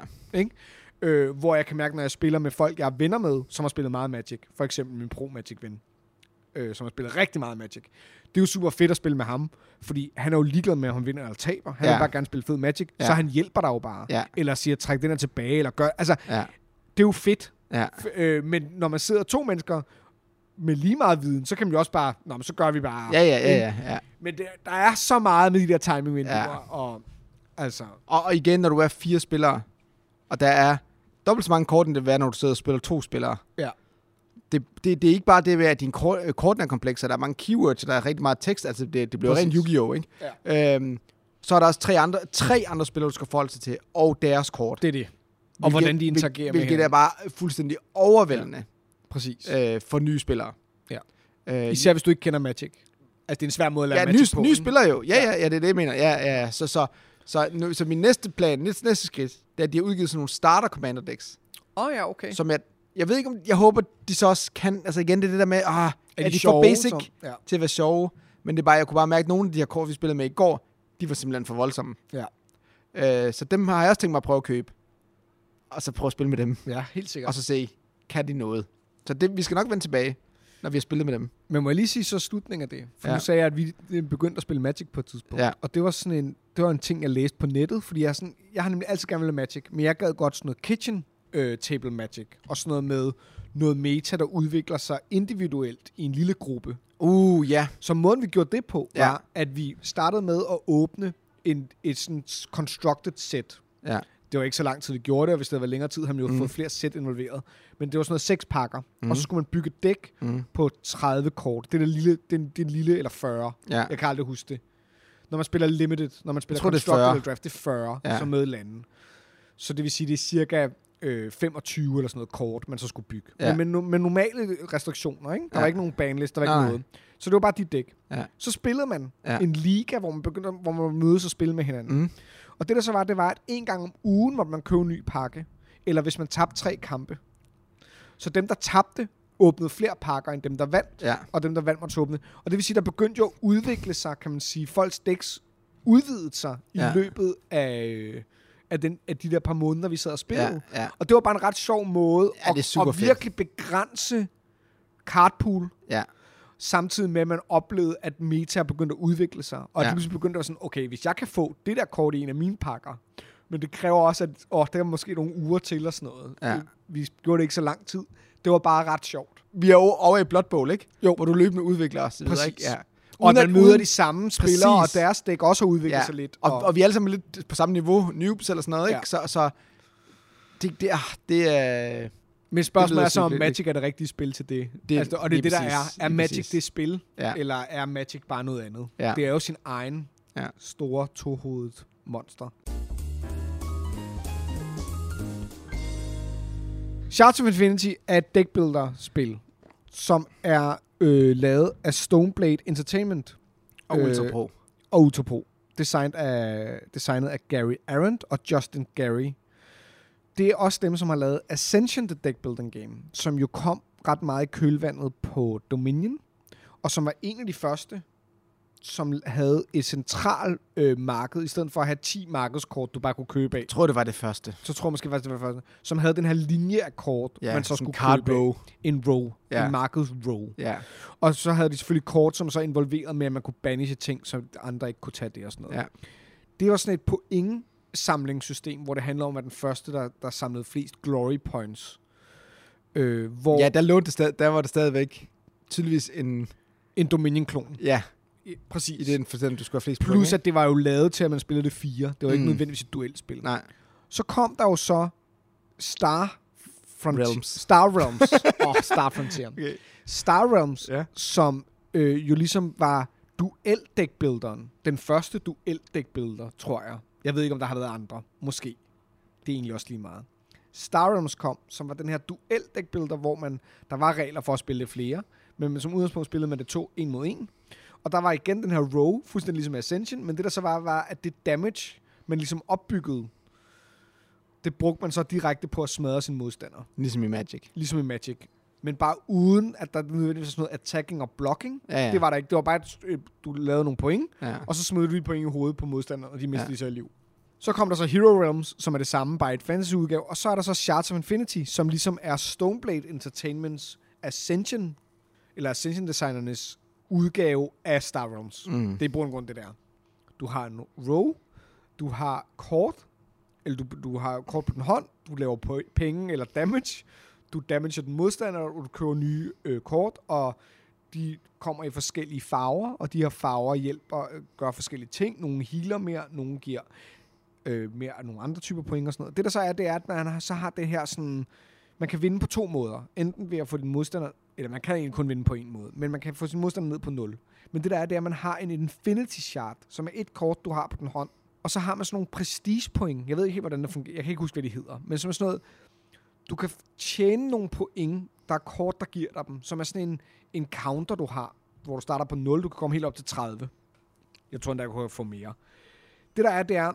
Øh, hvor jeg kan mærke, når jeg spiller med folk, jeg er venner med, som har spillet meget Magic. For eksempel min Pro-Magic-ven, øh, som har spillet rigtig meget Magic. Det er jo super fedt at spille med ham, fordi han er jo ligeglad med, om han vinder eller taber. Han Ja. vil bare gerne spille fed Magic, Ja. så han hjælper dig jo bare. Ja. Eller siger, træk den her tilbage, eller gør... Altså, ja, det er jo fedt. ja. F- øh, men når man sidder to mennesker med lige meget viden, så kan man jo også bare... Nå, men så gør vi bare... Ja, ja, ja, ja, ja. Men det, der er så meget med de der timingvinduer, Ja. og altså... Og, og igen, når du er fire spillere, og der er dobbelt så mange kort, end det er, når du sidder og spiller to spillere. Ja. Det, det, det er ikke bare det ved, at dine kort, øh, korten er komplekse, der er mange keywords, og der er rigtig meget tekst, altså det, det bliver Præcis. rent Yu-Gi-Oh!, ikke? Ja. Øhm, så er der også tre andre, tre andre spillere, du skal forholde sig til, og deres kort. Det er det. Og hvordan de interagerer hvil, med Hvilket er hinanden. bare fuldstændig overvældende Præcis. øh, for nye spillere. Ja. Øh, Især hvis du ikke kender Magic. Altså, det er en svær måde at lære ja, Magic nye, på. nye ikke? spillere jo. Ja, ja, ja, det er det, jeg mener. Ja, ja, ja. Så, så, så, nu, så min næste plan, næste, næste skridt, det er, at de har udgivet sådan nogle starter commander decks, Åh oh, ja, okay. som jeg, jeg ved ikke om, jeg håber, de så også kan, altså igen, det er det der med, ah, er, er de, de sjove, for basic som- ja. til at være sjove, men det er bare, jeg kunne bare mærke, at nogle af de her kort, vi spillede med i går, de var simpelthen for voldsomme. Ja. Øh, så dem har jeg også tænkt mig at prøve at købe, og så prøve at spille med dem, Ja, helt sikkert. og så se, kan de noget. Så det, vi skal nok vende tilbage, når vi har spillet med dem. Men må jeg lige sige så slutningen af det? For Ja. ja. nu sagde jeg, at vi begyndte at spille Magic på et tidspunkt. Ja. Og det var sådan en, det var en ting, jeg læste på nettet, fordi jeg, er sådan, jeg har nemlig altid gerne vil have Magic, men jeg gad godt sådan noget kitchen øh, Table Magic, og sådan noget med noget meta, der udvikler sig individuelt i en lille gruppe. Uh, ja. Så måden, vi gjorde det på, var, Ja. at vi startede med at åbne en, et sådan constructed set. Ja. Det var ikke så lang tid, vi gjorde det, og hvis det havde været længere tid, havde vi jo Mm. fået flere sæt involveret. Men det var sådan noget seks pakker, Mm. og så skulle man bygge et dæk Mm. på tredive kort. Det er det lille, det, det lille eller fyrre. Ja. Jeg kan aldrig huske det. Når man spiller limited, når man spiller tror, det er constructed fyrre. eller draft, det er fyrre, Ja. som med landen. Så det vil sige, det er cirka øh, femogtyve eller sådan noget kort, man så skulle bygge. Ja. Men med, med normale restriktioner, ikke? Der Ja. var ikke nogen banlist, der var ikke Nej. noget. Så det var bare dit dæk. Ja. Så spillede man Ja. en liga, hvor man begyndte, hvor man mødes og spille med hinanden. Mm. Og det der så var, det var, at en gang om ugen måtte man købe en ny pakke. Eller hvis man tabte tre kampe. Så dem, der tabte, åbnede flere pakker, end dem, der vandt. Ja. Og dem, der vandt, måtte åbne. Og det vil sige, der begyndte jo at udvikle sig, kan man sige. Folks decks udvidede sig Ja. i løbet af, af, den, af de der par måneder, vi sad og spillede. Ja. Ja. Og det var bare en ret sjov måde Ja, det er at, super at fedt. virkelig begrænse cardpool. Ja. Samtidig med, at man oplevede, at meta er begyndt at udvikle sig. Og Ja. at de begyndte at være sådan, okay, hvis jeg kan få det der kort i en af mine pakker, men det kræver også, at åh, det er måske nogle uger til og sådan noget. Ja. Vi gjorde det ikke så lang tid. Det var bare ret sjovt. Vi er jo over i Blood Bowl, ikke? Jo. Hvor du løbende udvikler os. det ved jeg Præcis. Ikke? Ja. Og Uden man at- møder uden- de samme spillere, Præcis. og deres dæk også har udviklet Ja. sig lidt. Og, og vi er alle sammen lidt på samme niveau, noobs eller sådan noget, ikke? Ja. Så, så det, det, er, det er... men spørgsmålet lyder er så, om sygt, Magic er det rigtige spil til det. Det- altså, og det er lige det, der præcis. er. Er Lige Magic præcis. det spil, Ja. eller er Magic bare noget andet? Ja. Det er jo sin egen Ja. store tohovedet monster. Shards of Infinity er et deckbuilder-spil, som er øh, lavet af Stoneblade Entertainment Og Øh, Ultra Pro. og Utopro. Designet af, designet af Gary Arendt og Justin Gary. Det er også dem, som har lavet Ascension, the deckbuilding game, som jo kom ret meget i kølvandet på Dominion, og som var en af de første, som havde et centralt øh, marked, i stedet for at have ti markedskort, du bare kunne købe af. Jeg tror, det var det første. Så tror jeg måske faktisk, det var det første. Som havde den her linje af kort, Ja, man så sådan skulle card købe af. row. En row. Ja. En markedsrow. Ja. Og så havde de selvfølgelig kort, som så involverede med, at man kunne banishe ting, så andre ikke kunne tage det og sådan noget. Ja. Det var sådan et point-samlingssystem, hvor det handler om, at den første, der, der samlede flest glory points. Øh, hvor Ja, der, lå det stadig, der var det stadigvæk tydeligvis en... en Dominion-klon. Ja, Præcis. i den forstand, du skulle have flest Plus, point, at det var jo lavet til, at man spillede det fire. Det var ikke Mm. nødvendigvis et duelspil. ikke? Nej. Så kom der jo så Star Frontier. Realms. Star Realms. Åh, oh, Star Frontier. Okay. Star Realms, Ja. som øh, jo ligesom var duel-deckbuilderen. Den første duel-deckbuilder, tror jeg. Jeg ved ikke, om der har været andre. Måske. Det er egentlig også lige meget. Star Realms kom, som var den her duel-deckbuilder, hvor man, der var regler for at spille det flere, men som udgangspunkt spillede man det to en mod en. Og der var igen den her row, fuldstændig ligesom Ascension, men det der så var, var at det damage, man ligesom opbyggede, det brugte man så direkte på at smadre sin modstander. Ligesom i Magic. Ligesom i Magic. Men bare uden, at der nødvendigvis var sådan noget attacking og blocking. Ja, ja. Det var der ikke. Det var bare, at øh, du lavede nogle point, Ja. og så smed du lige point i hovedet på modstanderen, og de mistede Ja. de så i liv. Så kom der så Hero Realms, som er det samme, bare et fantasy-udgave. Og så er der så Shards of Infinity, som ligesom er Stoneblade Entertainments Ascension, eller Ascension-designernes udgave af Star Realms. Mm. Det er i bund og grund det der. Du har en row, du har kort, eller du, du har kort på den hånd, du laver po- penge eller damage, du damager den modstander, og du køber nye øh, kort, og de kommer i forskellige farver, og de her farver hjælper, øh, gør forskellige ting. Nogle healer mere, nogle giver øh, mere af nogle andre typer point og sådan noget. Det der så er, det er, at man har, så har det her sådan, man kan vinde på to måder. Enten ved at få din modstander, eller man kan egentlig kun vinde på en måde, men man kan få sin modstander ned på nul. Men det der er, det er, at man har en Infinity Shard, som er et kort, du har på den hånd, og så har man sådan nogle prestigepoint. Jeg ved ikke helt, hvordan det fungerer. Jeg kan ikke huske, hvad de hedder. Men som er sådan noget, du kan tjene nogle point, der er kort, der giver dig dem, som er sådan en, en counter, du har, hvor du starter på nul, du kan komme helt op til tredive. Jeg tror endda, jeg kunne få mere. Det der er, det er,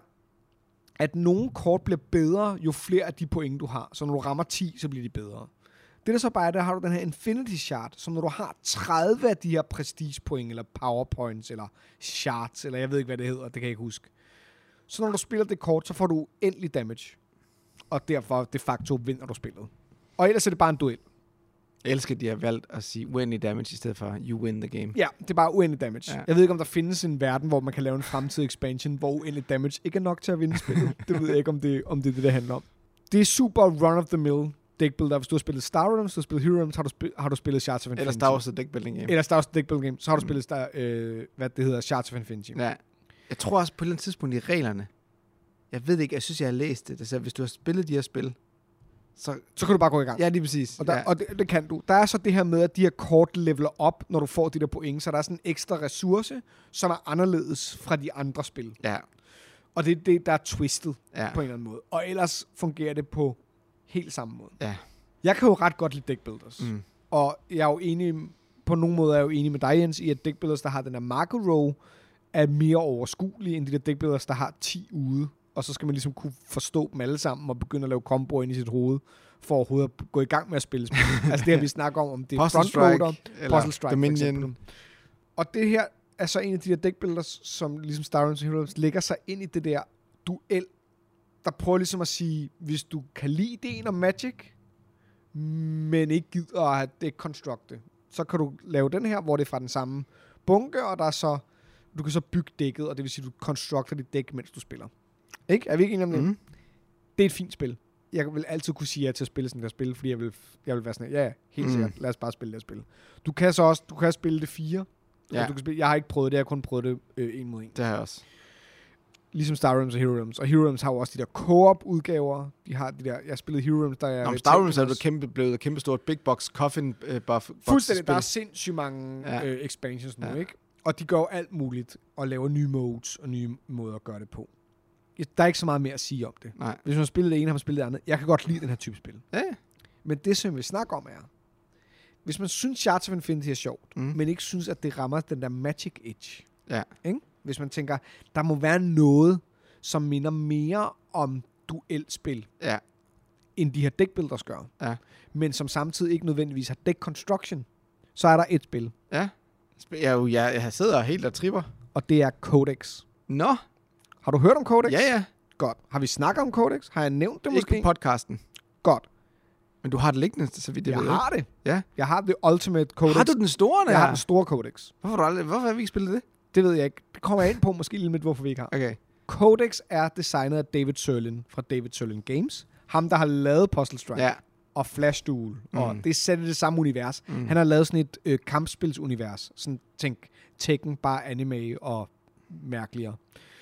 at nogle kort bliver bedre, jo flere af de point, du har. Så når du rammer ti, så bliver de bedre. Det der så bare er, der har du den her Infinity Shard, som når du har tredive af de her prestigepoint, eller powerpoints, eller shards, eller jeg ved ikke, hvad det hedder, det kan jeg ikke huske. Så når du spiller det kort, så får du endelig damage. Og derfor de facto vinder du spillet. Og ellers er det bare en duel. Jeg elsker, at de har valgt at sige win i damage, i stedet for you win the game. Ja, det er bare uendelig damage. Ja. Ja. Jeg ved ikke, om der findes en verden, hvor man kan lave en fremtidig expansion, hvor uendelig damage ikke er nok til at vinde spillet. Det ved jeg ikke, om det, om det er det, det handler om. Det er super run-of-the-mill deckbuilder. Hvis du har spillet Star Realms, du har spillet Hero Realms, har du, spil- har du spillet Shards of Infinity. Eller Star Wars Deckbuilding Game. Eller Star Wars Deckbuilding Game. Så har du Mm. spillet Star, øh, hvad det hedder, Shards of Infinity. Ja. Jeg tror også på et eller andet tidspunkt i reglerne, jeg ved ikke, jeg synes, jeg har læst det. Så hvis du har spillet de her spil, så... Så kan du bare gå i gang. Ja, lige præcis. Og, der, ja. og det, det kan du. Der er så det her med, at de her kort leveler op, når du får de der point. Så der er sådan en ekstra ressource, som er anderledes fra de andre spil. Ja. Og det er det, der er twistet Ja. på en eller anden måde. Og ellers fungerer det på helt samme måde. Ja. Jeg kan jo ret godt lide deckbuilders. Mm. Og jeg er jo enig, på nogle måder er jeg jo enig med dig, Jens, i at deckbuilders, der har den her market row, er mere overskuelige end de der deckbuilders, der har ti ude. Og så skal man ligesom kunne forstå dem alle sammen og begynde at lave komboer ind i sit hoved, for overhovedet at gå i gang med at spille spil. Altså det her, vi snakker om, om det er Puzzle frontloader, Strike, Puzzle Strike Dominion. for eksempel. Og det her er så en af de der deckbuilders, som ligesom Star Wars og Heroes lægger sig ind i det der duel, der prøver ligesom at sige, hvis du kan lide ideen om Magic, men ikke gider at have det constructe, så kan du lave den her, hvor det er fra den samme bunke, og der er så, du kan så bygge dækket, og det vil sige, at du constructer dit dæk, mens du spiller. Ikke? Er vi ikke enige om det? Mm. Det er et fint spil. Jeg vil altid kunne sige ja til at spille sådan der spil, fordi jeg vil, jeg vil være sådan, ja, ja, helt Mm. sikkert, lad os bare spille det her spil. Du kan så også, du kan spille det fire. Ja. Du kan spille, jeg har ikke prøvet det, jeg har kun prøvet det øh, en mod en. Det har jeg også. Ligesom Star Realms og Hero Realms. Og Hero Realms har jo også de der co-op udgaver. De har de der, jeg har spillet Hero Realms, der er... Nå, Star Wars er jo kæmpe, blevet et kæmpe stort big box coffin uh, buff. Fuldstændig, der er sindssygt mange Ja. øh, expansions nu, Ja. ikke? Og de gør jo alt muligt, og laver nye modes og nye måder at gøre det på. Der er ikke så meget mere at sige om det. Nej. Hvis man har spillet det ene, har man spillet det andet. Jeg kan godt lide den her type spil. Ja. Men det, som vi snakker om, er, hvis man synes, Shards of Infinity er sjovt, Mm. men ikke synes, at det rammer den der magic edge. Ja. Ikke? Hvis man tænker, der må være noget, som minder mere om duelspil, Ja. end de her deckbuilders gør. Ja. Men som samtidig ikke nødvendigvis har deck construction, så er der et spil, Ja. Jeg, er jo, jeg, jeg sidder helt og tripper. og det er Codex. Nå. Har du hørt om Codex? Ja, ja. Godt. Har vi snakket om Codex? Har jeg nævnt det Ikke måske? på podcasten. Godt. Men du har det liggende, så vidt jeg, Jeg ved. har det. Ja. Jeg har det Ultimate Codex. Har du den store der? Jeg har den store Codex. Hvorfor, har du aldrig, hvorfor har vi ikke spillet det? Det ved jeg ikke. Det kommer jeg ind på måske lige lidt, hvorfor vi ikke har. Okay. Codex er designet af David Sirlin fra David Sirlin Games. Ham, der har lavet Puzzle Strike Ja. og Flash Duel. Mm. Og det er sat i det samme univers. Mm. Han har lavet sådan et øh, kampspilsunivers. Sådan, tænk, Tekken, bare anime og mærkeligere.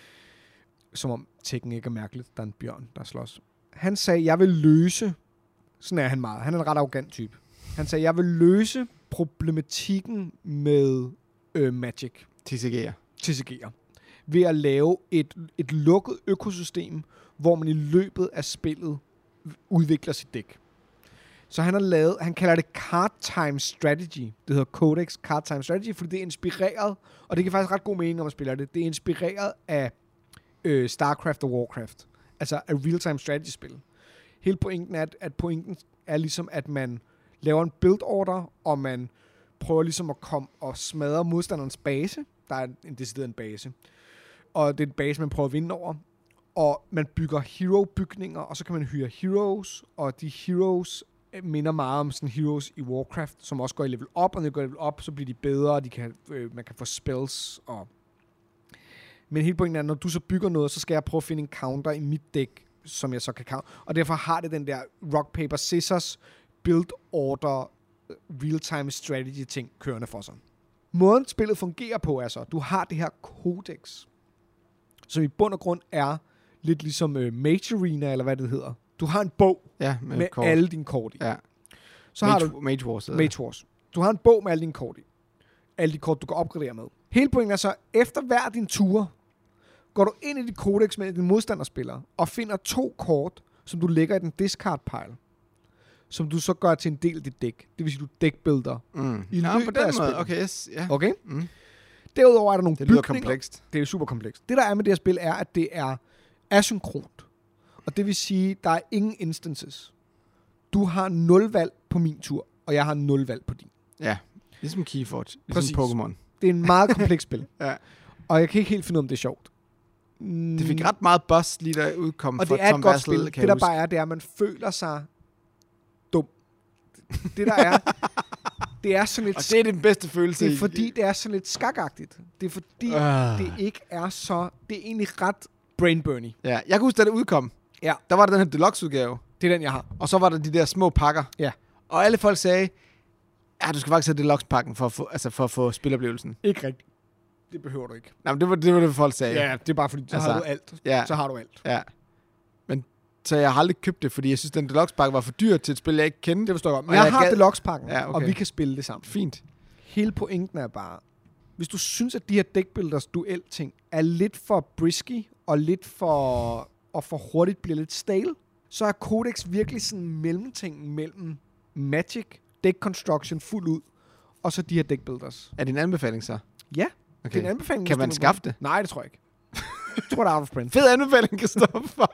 Som om Tekken ikke er mærkeligt. Der er en bjørn, der slås. Han sagde, jeg vil løse... Sådan er han meget. Han er en ret arrogant type. Han sagde, jeg vil løse problematikken med øh, Magic. T C G'er. T C G'er. Ved at lave et, et lukket økosystem, hvor man i løbet af spillet udvikler sit dæk. Så han har lavet, han kalder det Card Time Strategy. Det hedder Codex Card Time Strategy, fordi det er inspireret, og det giver faktisk ret god mening, når man spiller det. Det er inspireret af øh, StarCraft og Warcraft. Altså af real-time strategy-spil. Hele pointen er, at pointen er ligesom, at man laver en build order, og man prøver ligesom at komme og smadre modstanderens base. Der er en decideret en base. Og det er en base, man prøver at vinde over. Og man bygger hero-bygninger, og så kan man hyre heroes, og de heroes minder meget om sådan heroes i Warcraft, som også går i level op, og når de går i level op, så bliver de bedre, og de kan, øh, man kan få spells. Og men hele pointen er, når du så bygger noget, så skal jeg prøve at finde en counter i mit dæk, som jeg så kan counter. Og derfor har det den der rock, paper, scissors, build order, real-time strategy ting kørende for sig. Måden spillet fungerer på er så, du har det her codex, som i bund og grund er lidt ligesom uh, Mage Arena, eller hvad det hedder. Du har en bog Ja, med, med, med kort. alle dine kort i. Ja. Så Mage, har du Mage Wars. Mage Wars. Du har en bog med alle dine kort i. Alle de kort, du kan opgradere med. Hele pointen er så, efter hver din tur, går du ind i dit codex med din modstanderspiller, og finder to kort, som du lægger i den discard pile, som du så gør til en del af dit dæk. Det vil sige, du deckbuilder. Mm. I Nå, på løbet den af måde. spillet. Okay, yes. Ja. Okay? Mm. Derudover er der nogle Det lyder bygninger. komplekst. Det er super komplekst. Det, der er med det her spil, er, at det er asynkront. Og det vil sige, der er ingen instances. Du har nul valg på min tur, og jeg har nul valg på din. Ja, ligesom Keyforge. Ligesom Præcis. Pokémon. Det er en meget kompleks spil. Ja. Og jeg kan ikke helt finde ud af, om det er sjovt. Mm. Det fik ret meget buzz lige der udkom Og fra det er Tom et godt Vassel, spil. kan Det, jeg der bare er, det er, at man føler sig dum. Det, der er, det er sådan lidt... Og det er den bedste følelse. Det er i- fordi, det er sådan lidt skakagtigt. Det er fordi, Øh. det ikke er så... Det er egentlig ret brainburny. Ja, jeg kan huske, da det udkom. Ja. Der var der den her deluxe-udgave. Det er den, jeg har. Og så var der de der små pakker. Ja. Og alle folk sagde, ja, du skal faktisk have deluxe-pakken for at få, altså for at få spiloplevelsen. Ikke rigtigt. Det behøver du ikke. Nej, men det var det, var det folk sagde. Ja, det er bare fordi, så Altså, har du alt. ja. Så har du alt. Ja. Men så jeg har aldrig købt det, fordi jeg synes, den deluxe-pakke var for dyr til et spil, jeg ikke kendte. Det forstår jeg godt. Men Og jeg, jeg har gad- deluxe-pakken, Ja, okay. og vi kan spille det sammen. Fint. Hele pointen er bare, hvis du synes, at de her deckbuilders duel-ting er lidt for brisky, og lidt for, og for hurtigt bliver lidt stale, så er Codex virkelig sådan en mellemting mellem Magic, deck construction fuld ud, og så de her deckbuilders. Er det en anbefaling så? Ja, Okay. det er en anbefaling. Kan hvis man du- skaffe det? Nej, det tror jeg ikke. Jeg tror, det er out of print. Fed anbefaling, Kristoffer.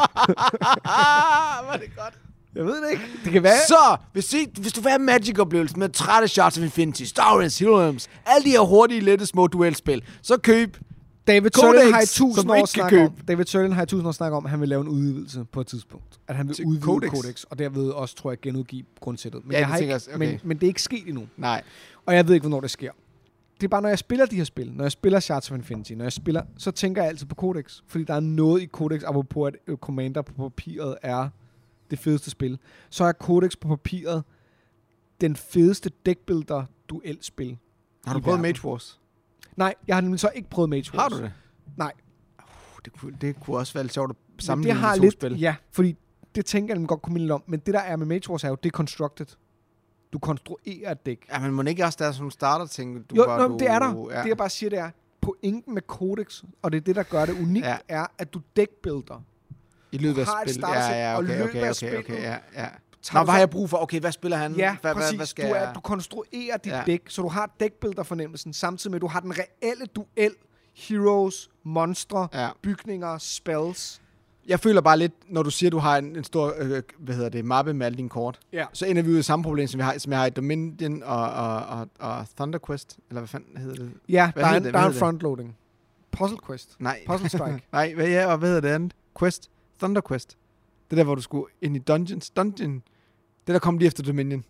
Var det godt. Jeg ved det ikke. Det kan være... Så, hvis, I, hvis du vil have Magic-oplevelsen med trætte Shards of Infinity, Star Wars, Heroes, alle de her hurtige, lette, små duelspil, så køb. David Codex, Sørlin har i som tusind du år ikke kan snakket om, købe. David Sørlin har i tusind år snakket om, at han vil lave en udvidelse på et tidspunkt. At han vil Til udvide Codex? Codex. Codex, og derved også, tror jeg, genudgive grundsættet. Men, Ja, jeg det har tænker ikke, jeg også. Okay. men, men det er ikke sket endnu. Nej. Og jeg ved ikke, hvornår det sker. Det er bare, når jeg spiller de her spil, når jeg spiller Shards of Infinity, når jeg spiller, så tænker jeg altid på Codex. Fordi der er noget i Codex, apropos at øh, Commander på papiret er det fedeste spil. Så er Codex på papiret den fedeste deckbuilder duelspil. Har du i prøvet verden. Mage Wars? Nej, jeg har nemlig så ikke prøvet Mage Wars. Har du det? Nej. Uh, det, kunne, det kunne også være lidt sjovt at Men det sammenligne har de to lidt, spil. ja, fordi det tænker jeg nemlig godt kunne minde lidt om. Men det der er med Mage Wars er jo, det er constructed. Du konstruerer et dæk. Ja, men må det ikke også der er sådan nogle starter-ting? Du Jo, bare, nå, du, det er der. Ja. Det jeg bare siger, det er, pointen med Codex, og det er det, der gør det unikt, Ja. ja. er, at du deckbuilder. I løbet af har et spil. startsæt, Ja, ja, og okay, løbet okay, af okay, spillet, okay, ja, ja. Tager Nå, du hvad har så- jeg brug for? Okay, hvad spiller han? Ja, hvad, præcis. Hvad, hvad skal du, er, jeg... du konstruerer dit Ja. ja. dæk, så du har deckbuilder-fornemmelsen, samtidig med, at du har den reelle duel, heroes, monstre, Ja. bygninger, spells. Jeg føler bare lidt, når du siger, at du har en, en stor, øh, hvad hedder det, mappe med alle dine kort, Ja. så ender vi ud i samme problem, som, vi har, som jeg har i Dominion og, og, og, og Thunder Quest, eller hvad fanden hedder det? Ja, Hvad der er, hedder en, det? der er Hvad en hedder frontloading. Puzzle Quest. Nej. Puzzle Strike. Nej, hvad, ja, og hvad hedder det andet? Quest? Thunder Quest. Det der, hvor du skulle ind i dungeons. Dungeon. Det der kom lige efter Dominion.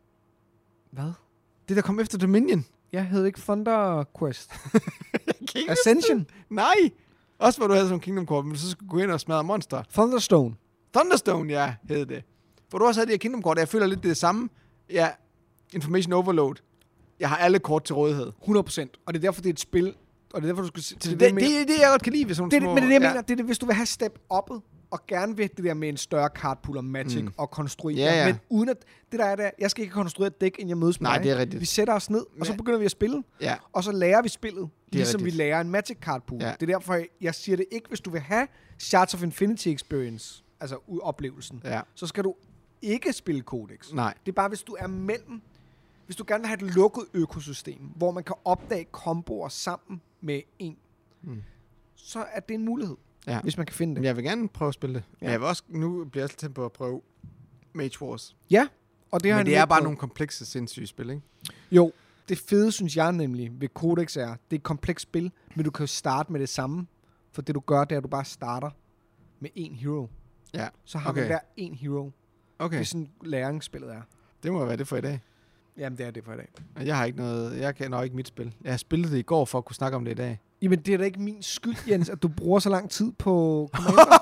Hvad? Det der kom efter Dominion. Jeg hed ikke Thunder Quest. Jeg kan ikke Ascension. huske det. Nej. Også hvor du havde sådan en Kingdom Kort, men så skulle gå ind og smadre monster. Thunderstone. Thunderstone, ja, hed det. Hvor du også havde de her Kingdom Kort, jeg føler lidt det, er det samme. Ja, Information Overload. Jeg har alle kort til rådighed. hundrede procent. Og det er derfor, det er et spil. Og det er derfor, du skal... Så det, det, det, det, det jeg godt kan lide ved sådan det, er det, små... men det er det, jeg ja. mener. Det er det, hvis du vil have step uppet, og gerne vil det der med en større cardpool og Magic, Mm. mm. og konstruere. Ja, ja. Men uden at... Det der er der, jeg skal ikke konstruere et dæk, inden jeg mødes med Nej, dig. det er rigtigt. Vi sætter os ned, og så Ja. begynder vi at spille. Ja, Og så lærer vi spillet, ligesom rigtigt. vi lærer en Magic cardpool. Ja. Det er derfor, jeg, jeg siger det ikke, hvis du vil have Shards of Infinity Experience, altså u- oplevelsen, ja. så skal du ikke spille Codex. Nej. Det er bare, hvis du er mellem... Hvis du gerne vil have et lukket økosystem, hvor man kan opdage komboer sammen med en, Mm. så er det en mulighed, Ja. hvis man kan finde Men det. jeg vil gerne prøve at spille det. Ja. Ja. Jeg vil også, nu bliver jeg også tænkt på at prøve Mage Wars. Ja, og det har Men han det er lidt bare på. nogle komplekse, sindssyge spil, ikke? Jo, det fede, synes jeg nemlig, ved Codex er, det er et komplekst spil, men du kan jo starte med det samme. For det du gør, det er, at du bare starter med en hero. Ja. Så har Okay. man hver en hero. Okay, Det er sådan, læringsspillet er. det må være det for i dag. Jamen, det er det for i dag. Og Jeg har ikke noget, jeg kender ikke mit spil. Jeg har spillet det i går for at kunne snakke om det i dag. Jamen, det er da ikke min skyld, Jens, at du bruger så lang tid på Commander.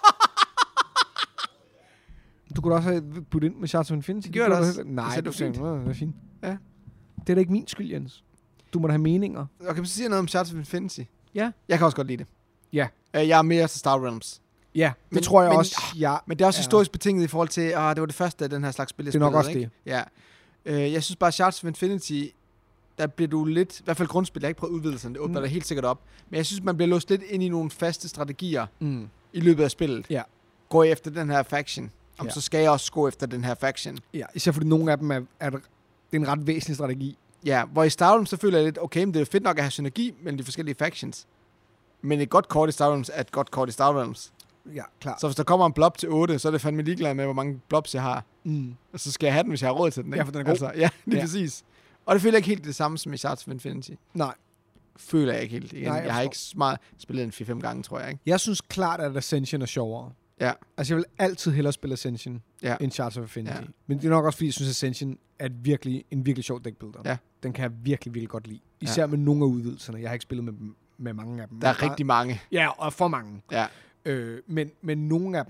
Du kunne da også have budt ind med Shards of Infinity. Det gjorde jeg du også. heller- Nej, Det du sagde du sagde, "Nå, det er fint. Ja. Det er da ikke min skyld, Jens. Du må da have meninger. Okay, men så siger jeg noget om Shards of Infinity. Ja. Jeg kan også godt lide det. Ja. Øh, Jeg er mere til Star Realms. Ja, det Men- tror jeg men- også, jeg... Men det er også Ja. historisk betinget i forhold til, at ah, det var det første af den her slags spil, jeg Det er nok spillede, også ikke? Ja. Øh, jeg synes bare, Shards of Infinity, der bliver du lidt, i hvert fald grundspil, jeg har ikke prøvet udvidelsen, det åbner Mm. mm. helt sikkert op. Men jeg synes, man bliver låst lidt ind i nogle faste strategier Mm. i løbet af spillet. Ja. Går jeg efter den her faction, om Ja. så skal jeg også gå efter den her faction. Ja, især fordi nogle af dem er, er det er en ret væsentlig strategi. Ja, hvor i Star Realms, så føler jeg lidt, okay, men det er fedt nok at have synergi mellem de forskellige factions. Men et godt kort i Star Realms er et godt kort i Star Realms. Ja, klar. Så hvis der kommer en blob til otte, så er det fandme ligeglad med, hvor mange blobs jeg har. Mm. Og så skal jeg have den, hvis jeg har råd til den, ikke? Ja, for den er god. Altså, ja, lige Ja. præcis. Og det føler jeg ikke helt det samme som i Shards of Infinity. Nej. Føler jeg ikke helt igen. Nej, Nej, jeg jeg, jeg har forstår. ikke så meget spillet en fire fem gange, tror jeg, ikke? Jeg synes klart, at Ascension er sjovere. Ja. Altså, jeg vil altid hellere spille Ascension Ja. end Shards of Infinity. Ja. Men det er nok også, fordi jeg synes, Ascension er et virkelig, en virkelig sjov deckbuilder. Ja. Den kan jeg virkelig, virkelig godt lide. Især ja. med nogle af udvidelserne. Jeg har ikke spillet med, dem- med mange af dem. Der er Men bare- rigtig mange. Ja, og for mange. Ja. Øh, men, men nogle af dem,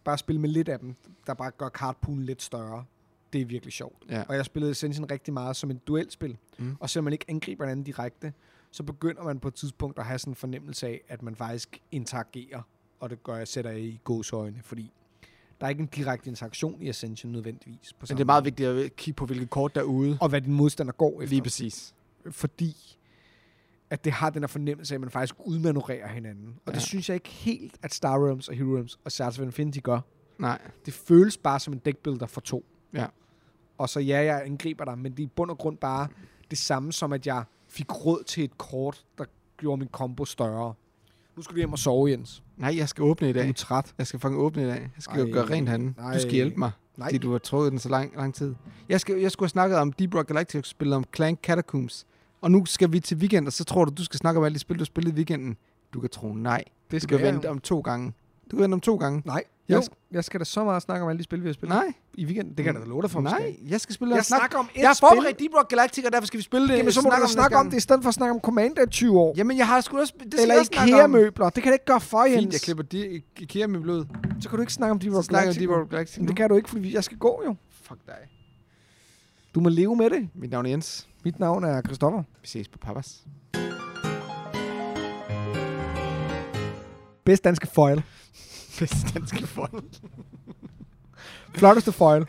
bare spille med lidt af dem, der bare gør cardpoolen lidt større. Det er virkelig sjovt. Ja. Og jeg spillede Ascension rigtig meget som en duelspil. Mm. Og selvom man ikke angriber hinanden direkte, så begynder man på et tidspunkt at have sådan en fornemmelse af, at man faktisk interagerer. Og det gør jeg sætter jeg i gåseøjne, fordi der er ikke en direkte interaktion i Ascension nødvendigvis. På Men det er meget vigtigt at kigge på, hvilke kort der er ude. Og hvad din modstander går efter. Lige præcis. Fordi at det har den her fornemmelse af, at man faktisk udmanøvrerer hinanden. Og ja. Det synes jeg ikke helt, at Star Realms og Hero Realms og Shards of Infinity gør. Nej. Det føles bare som en deckbuilder for to. Ja. Og så ja, jeg angriber dig, men det er i bund og grund bare det samme som, at jeg fik råd til et kort, der gjorde min combo større. Nu skal du hjem og sove, Jens. Nej, jeg skal åbne i dag. Du er træt. Jeg skal fucking åbne i dag. Jeg skal Ej, jo gøre rent herinde. nej. Du skal hjælpe mig, Nej. fordi du har trukket den så lang, lang tid. Jeg, skal, jeg skulle have snakket om Deep Rock Galactic, spillet om Clank Catacombs. Og nu skal vi til weekend, og så tror du, du skal snakke om alle de spil, du spillede i weekenden. Du kan tro nej. Det Du kan vente jeg. om to gange. Du kan vente om to gange. Nej. Jo. Jeg, jeg skal da så meget snakke om alle de spil, vi har spillet Nej. i weekenden. Det kan jeg da love dig for. Nej, jeg skal spille Jeg og snakke. snakker om et Jeg har spil. forberedt Deep Rock Galactic, og derfor skal vi spille det. Jamen, så må du da snakke om det, i stedet for at snakke om Commander i tyve år. Jamen, jeg har sgu også... Det skal Eller jeg også snakke om. IKEA-møbler. Det kan du ikke gøre for, Jens. Fint, jeg klipper de, IKEA med blod. Så kan du ikke snakke om Deep Så Rock snakker jeg om Galactic. Deep Rock Galactic Men nu. det kan du ikke, fordi jeg skal gå jo. Fuck dig. Du må leve med det. Mit navn er Jens. Mit navn er Christoffer. Vi ses på Pappas. Bedst danske foil. Bedste danske foil. Flotteste foil.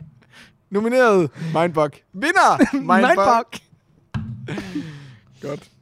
Nomineret Mindbug. Vinder Mindbug. Mindbug. Godt.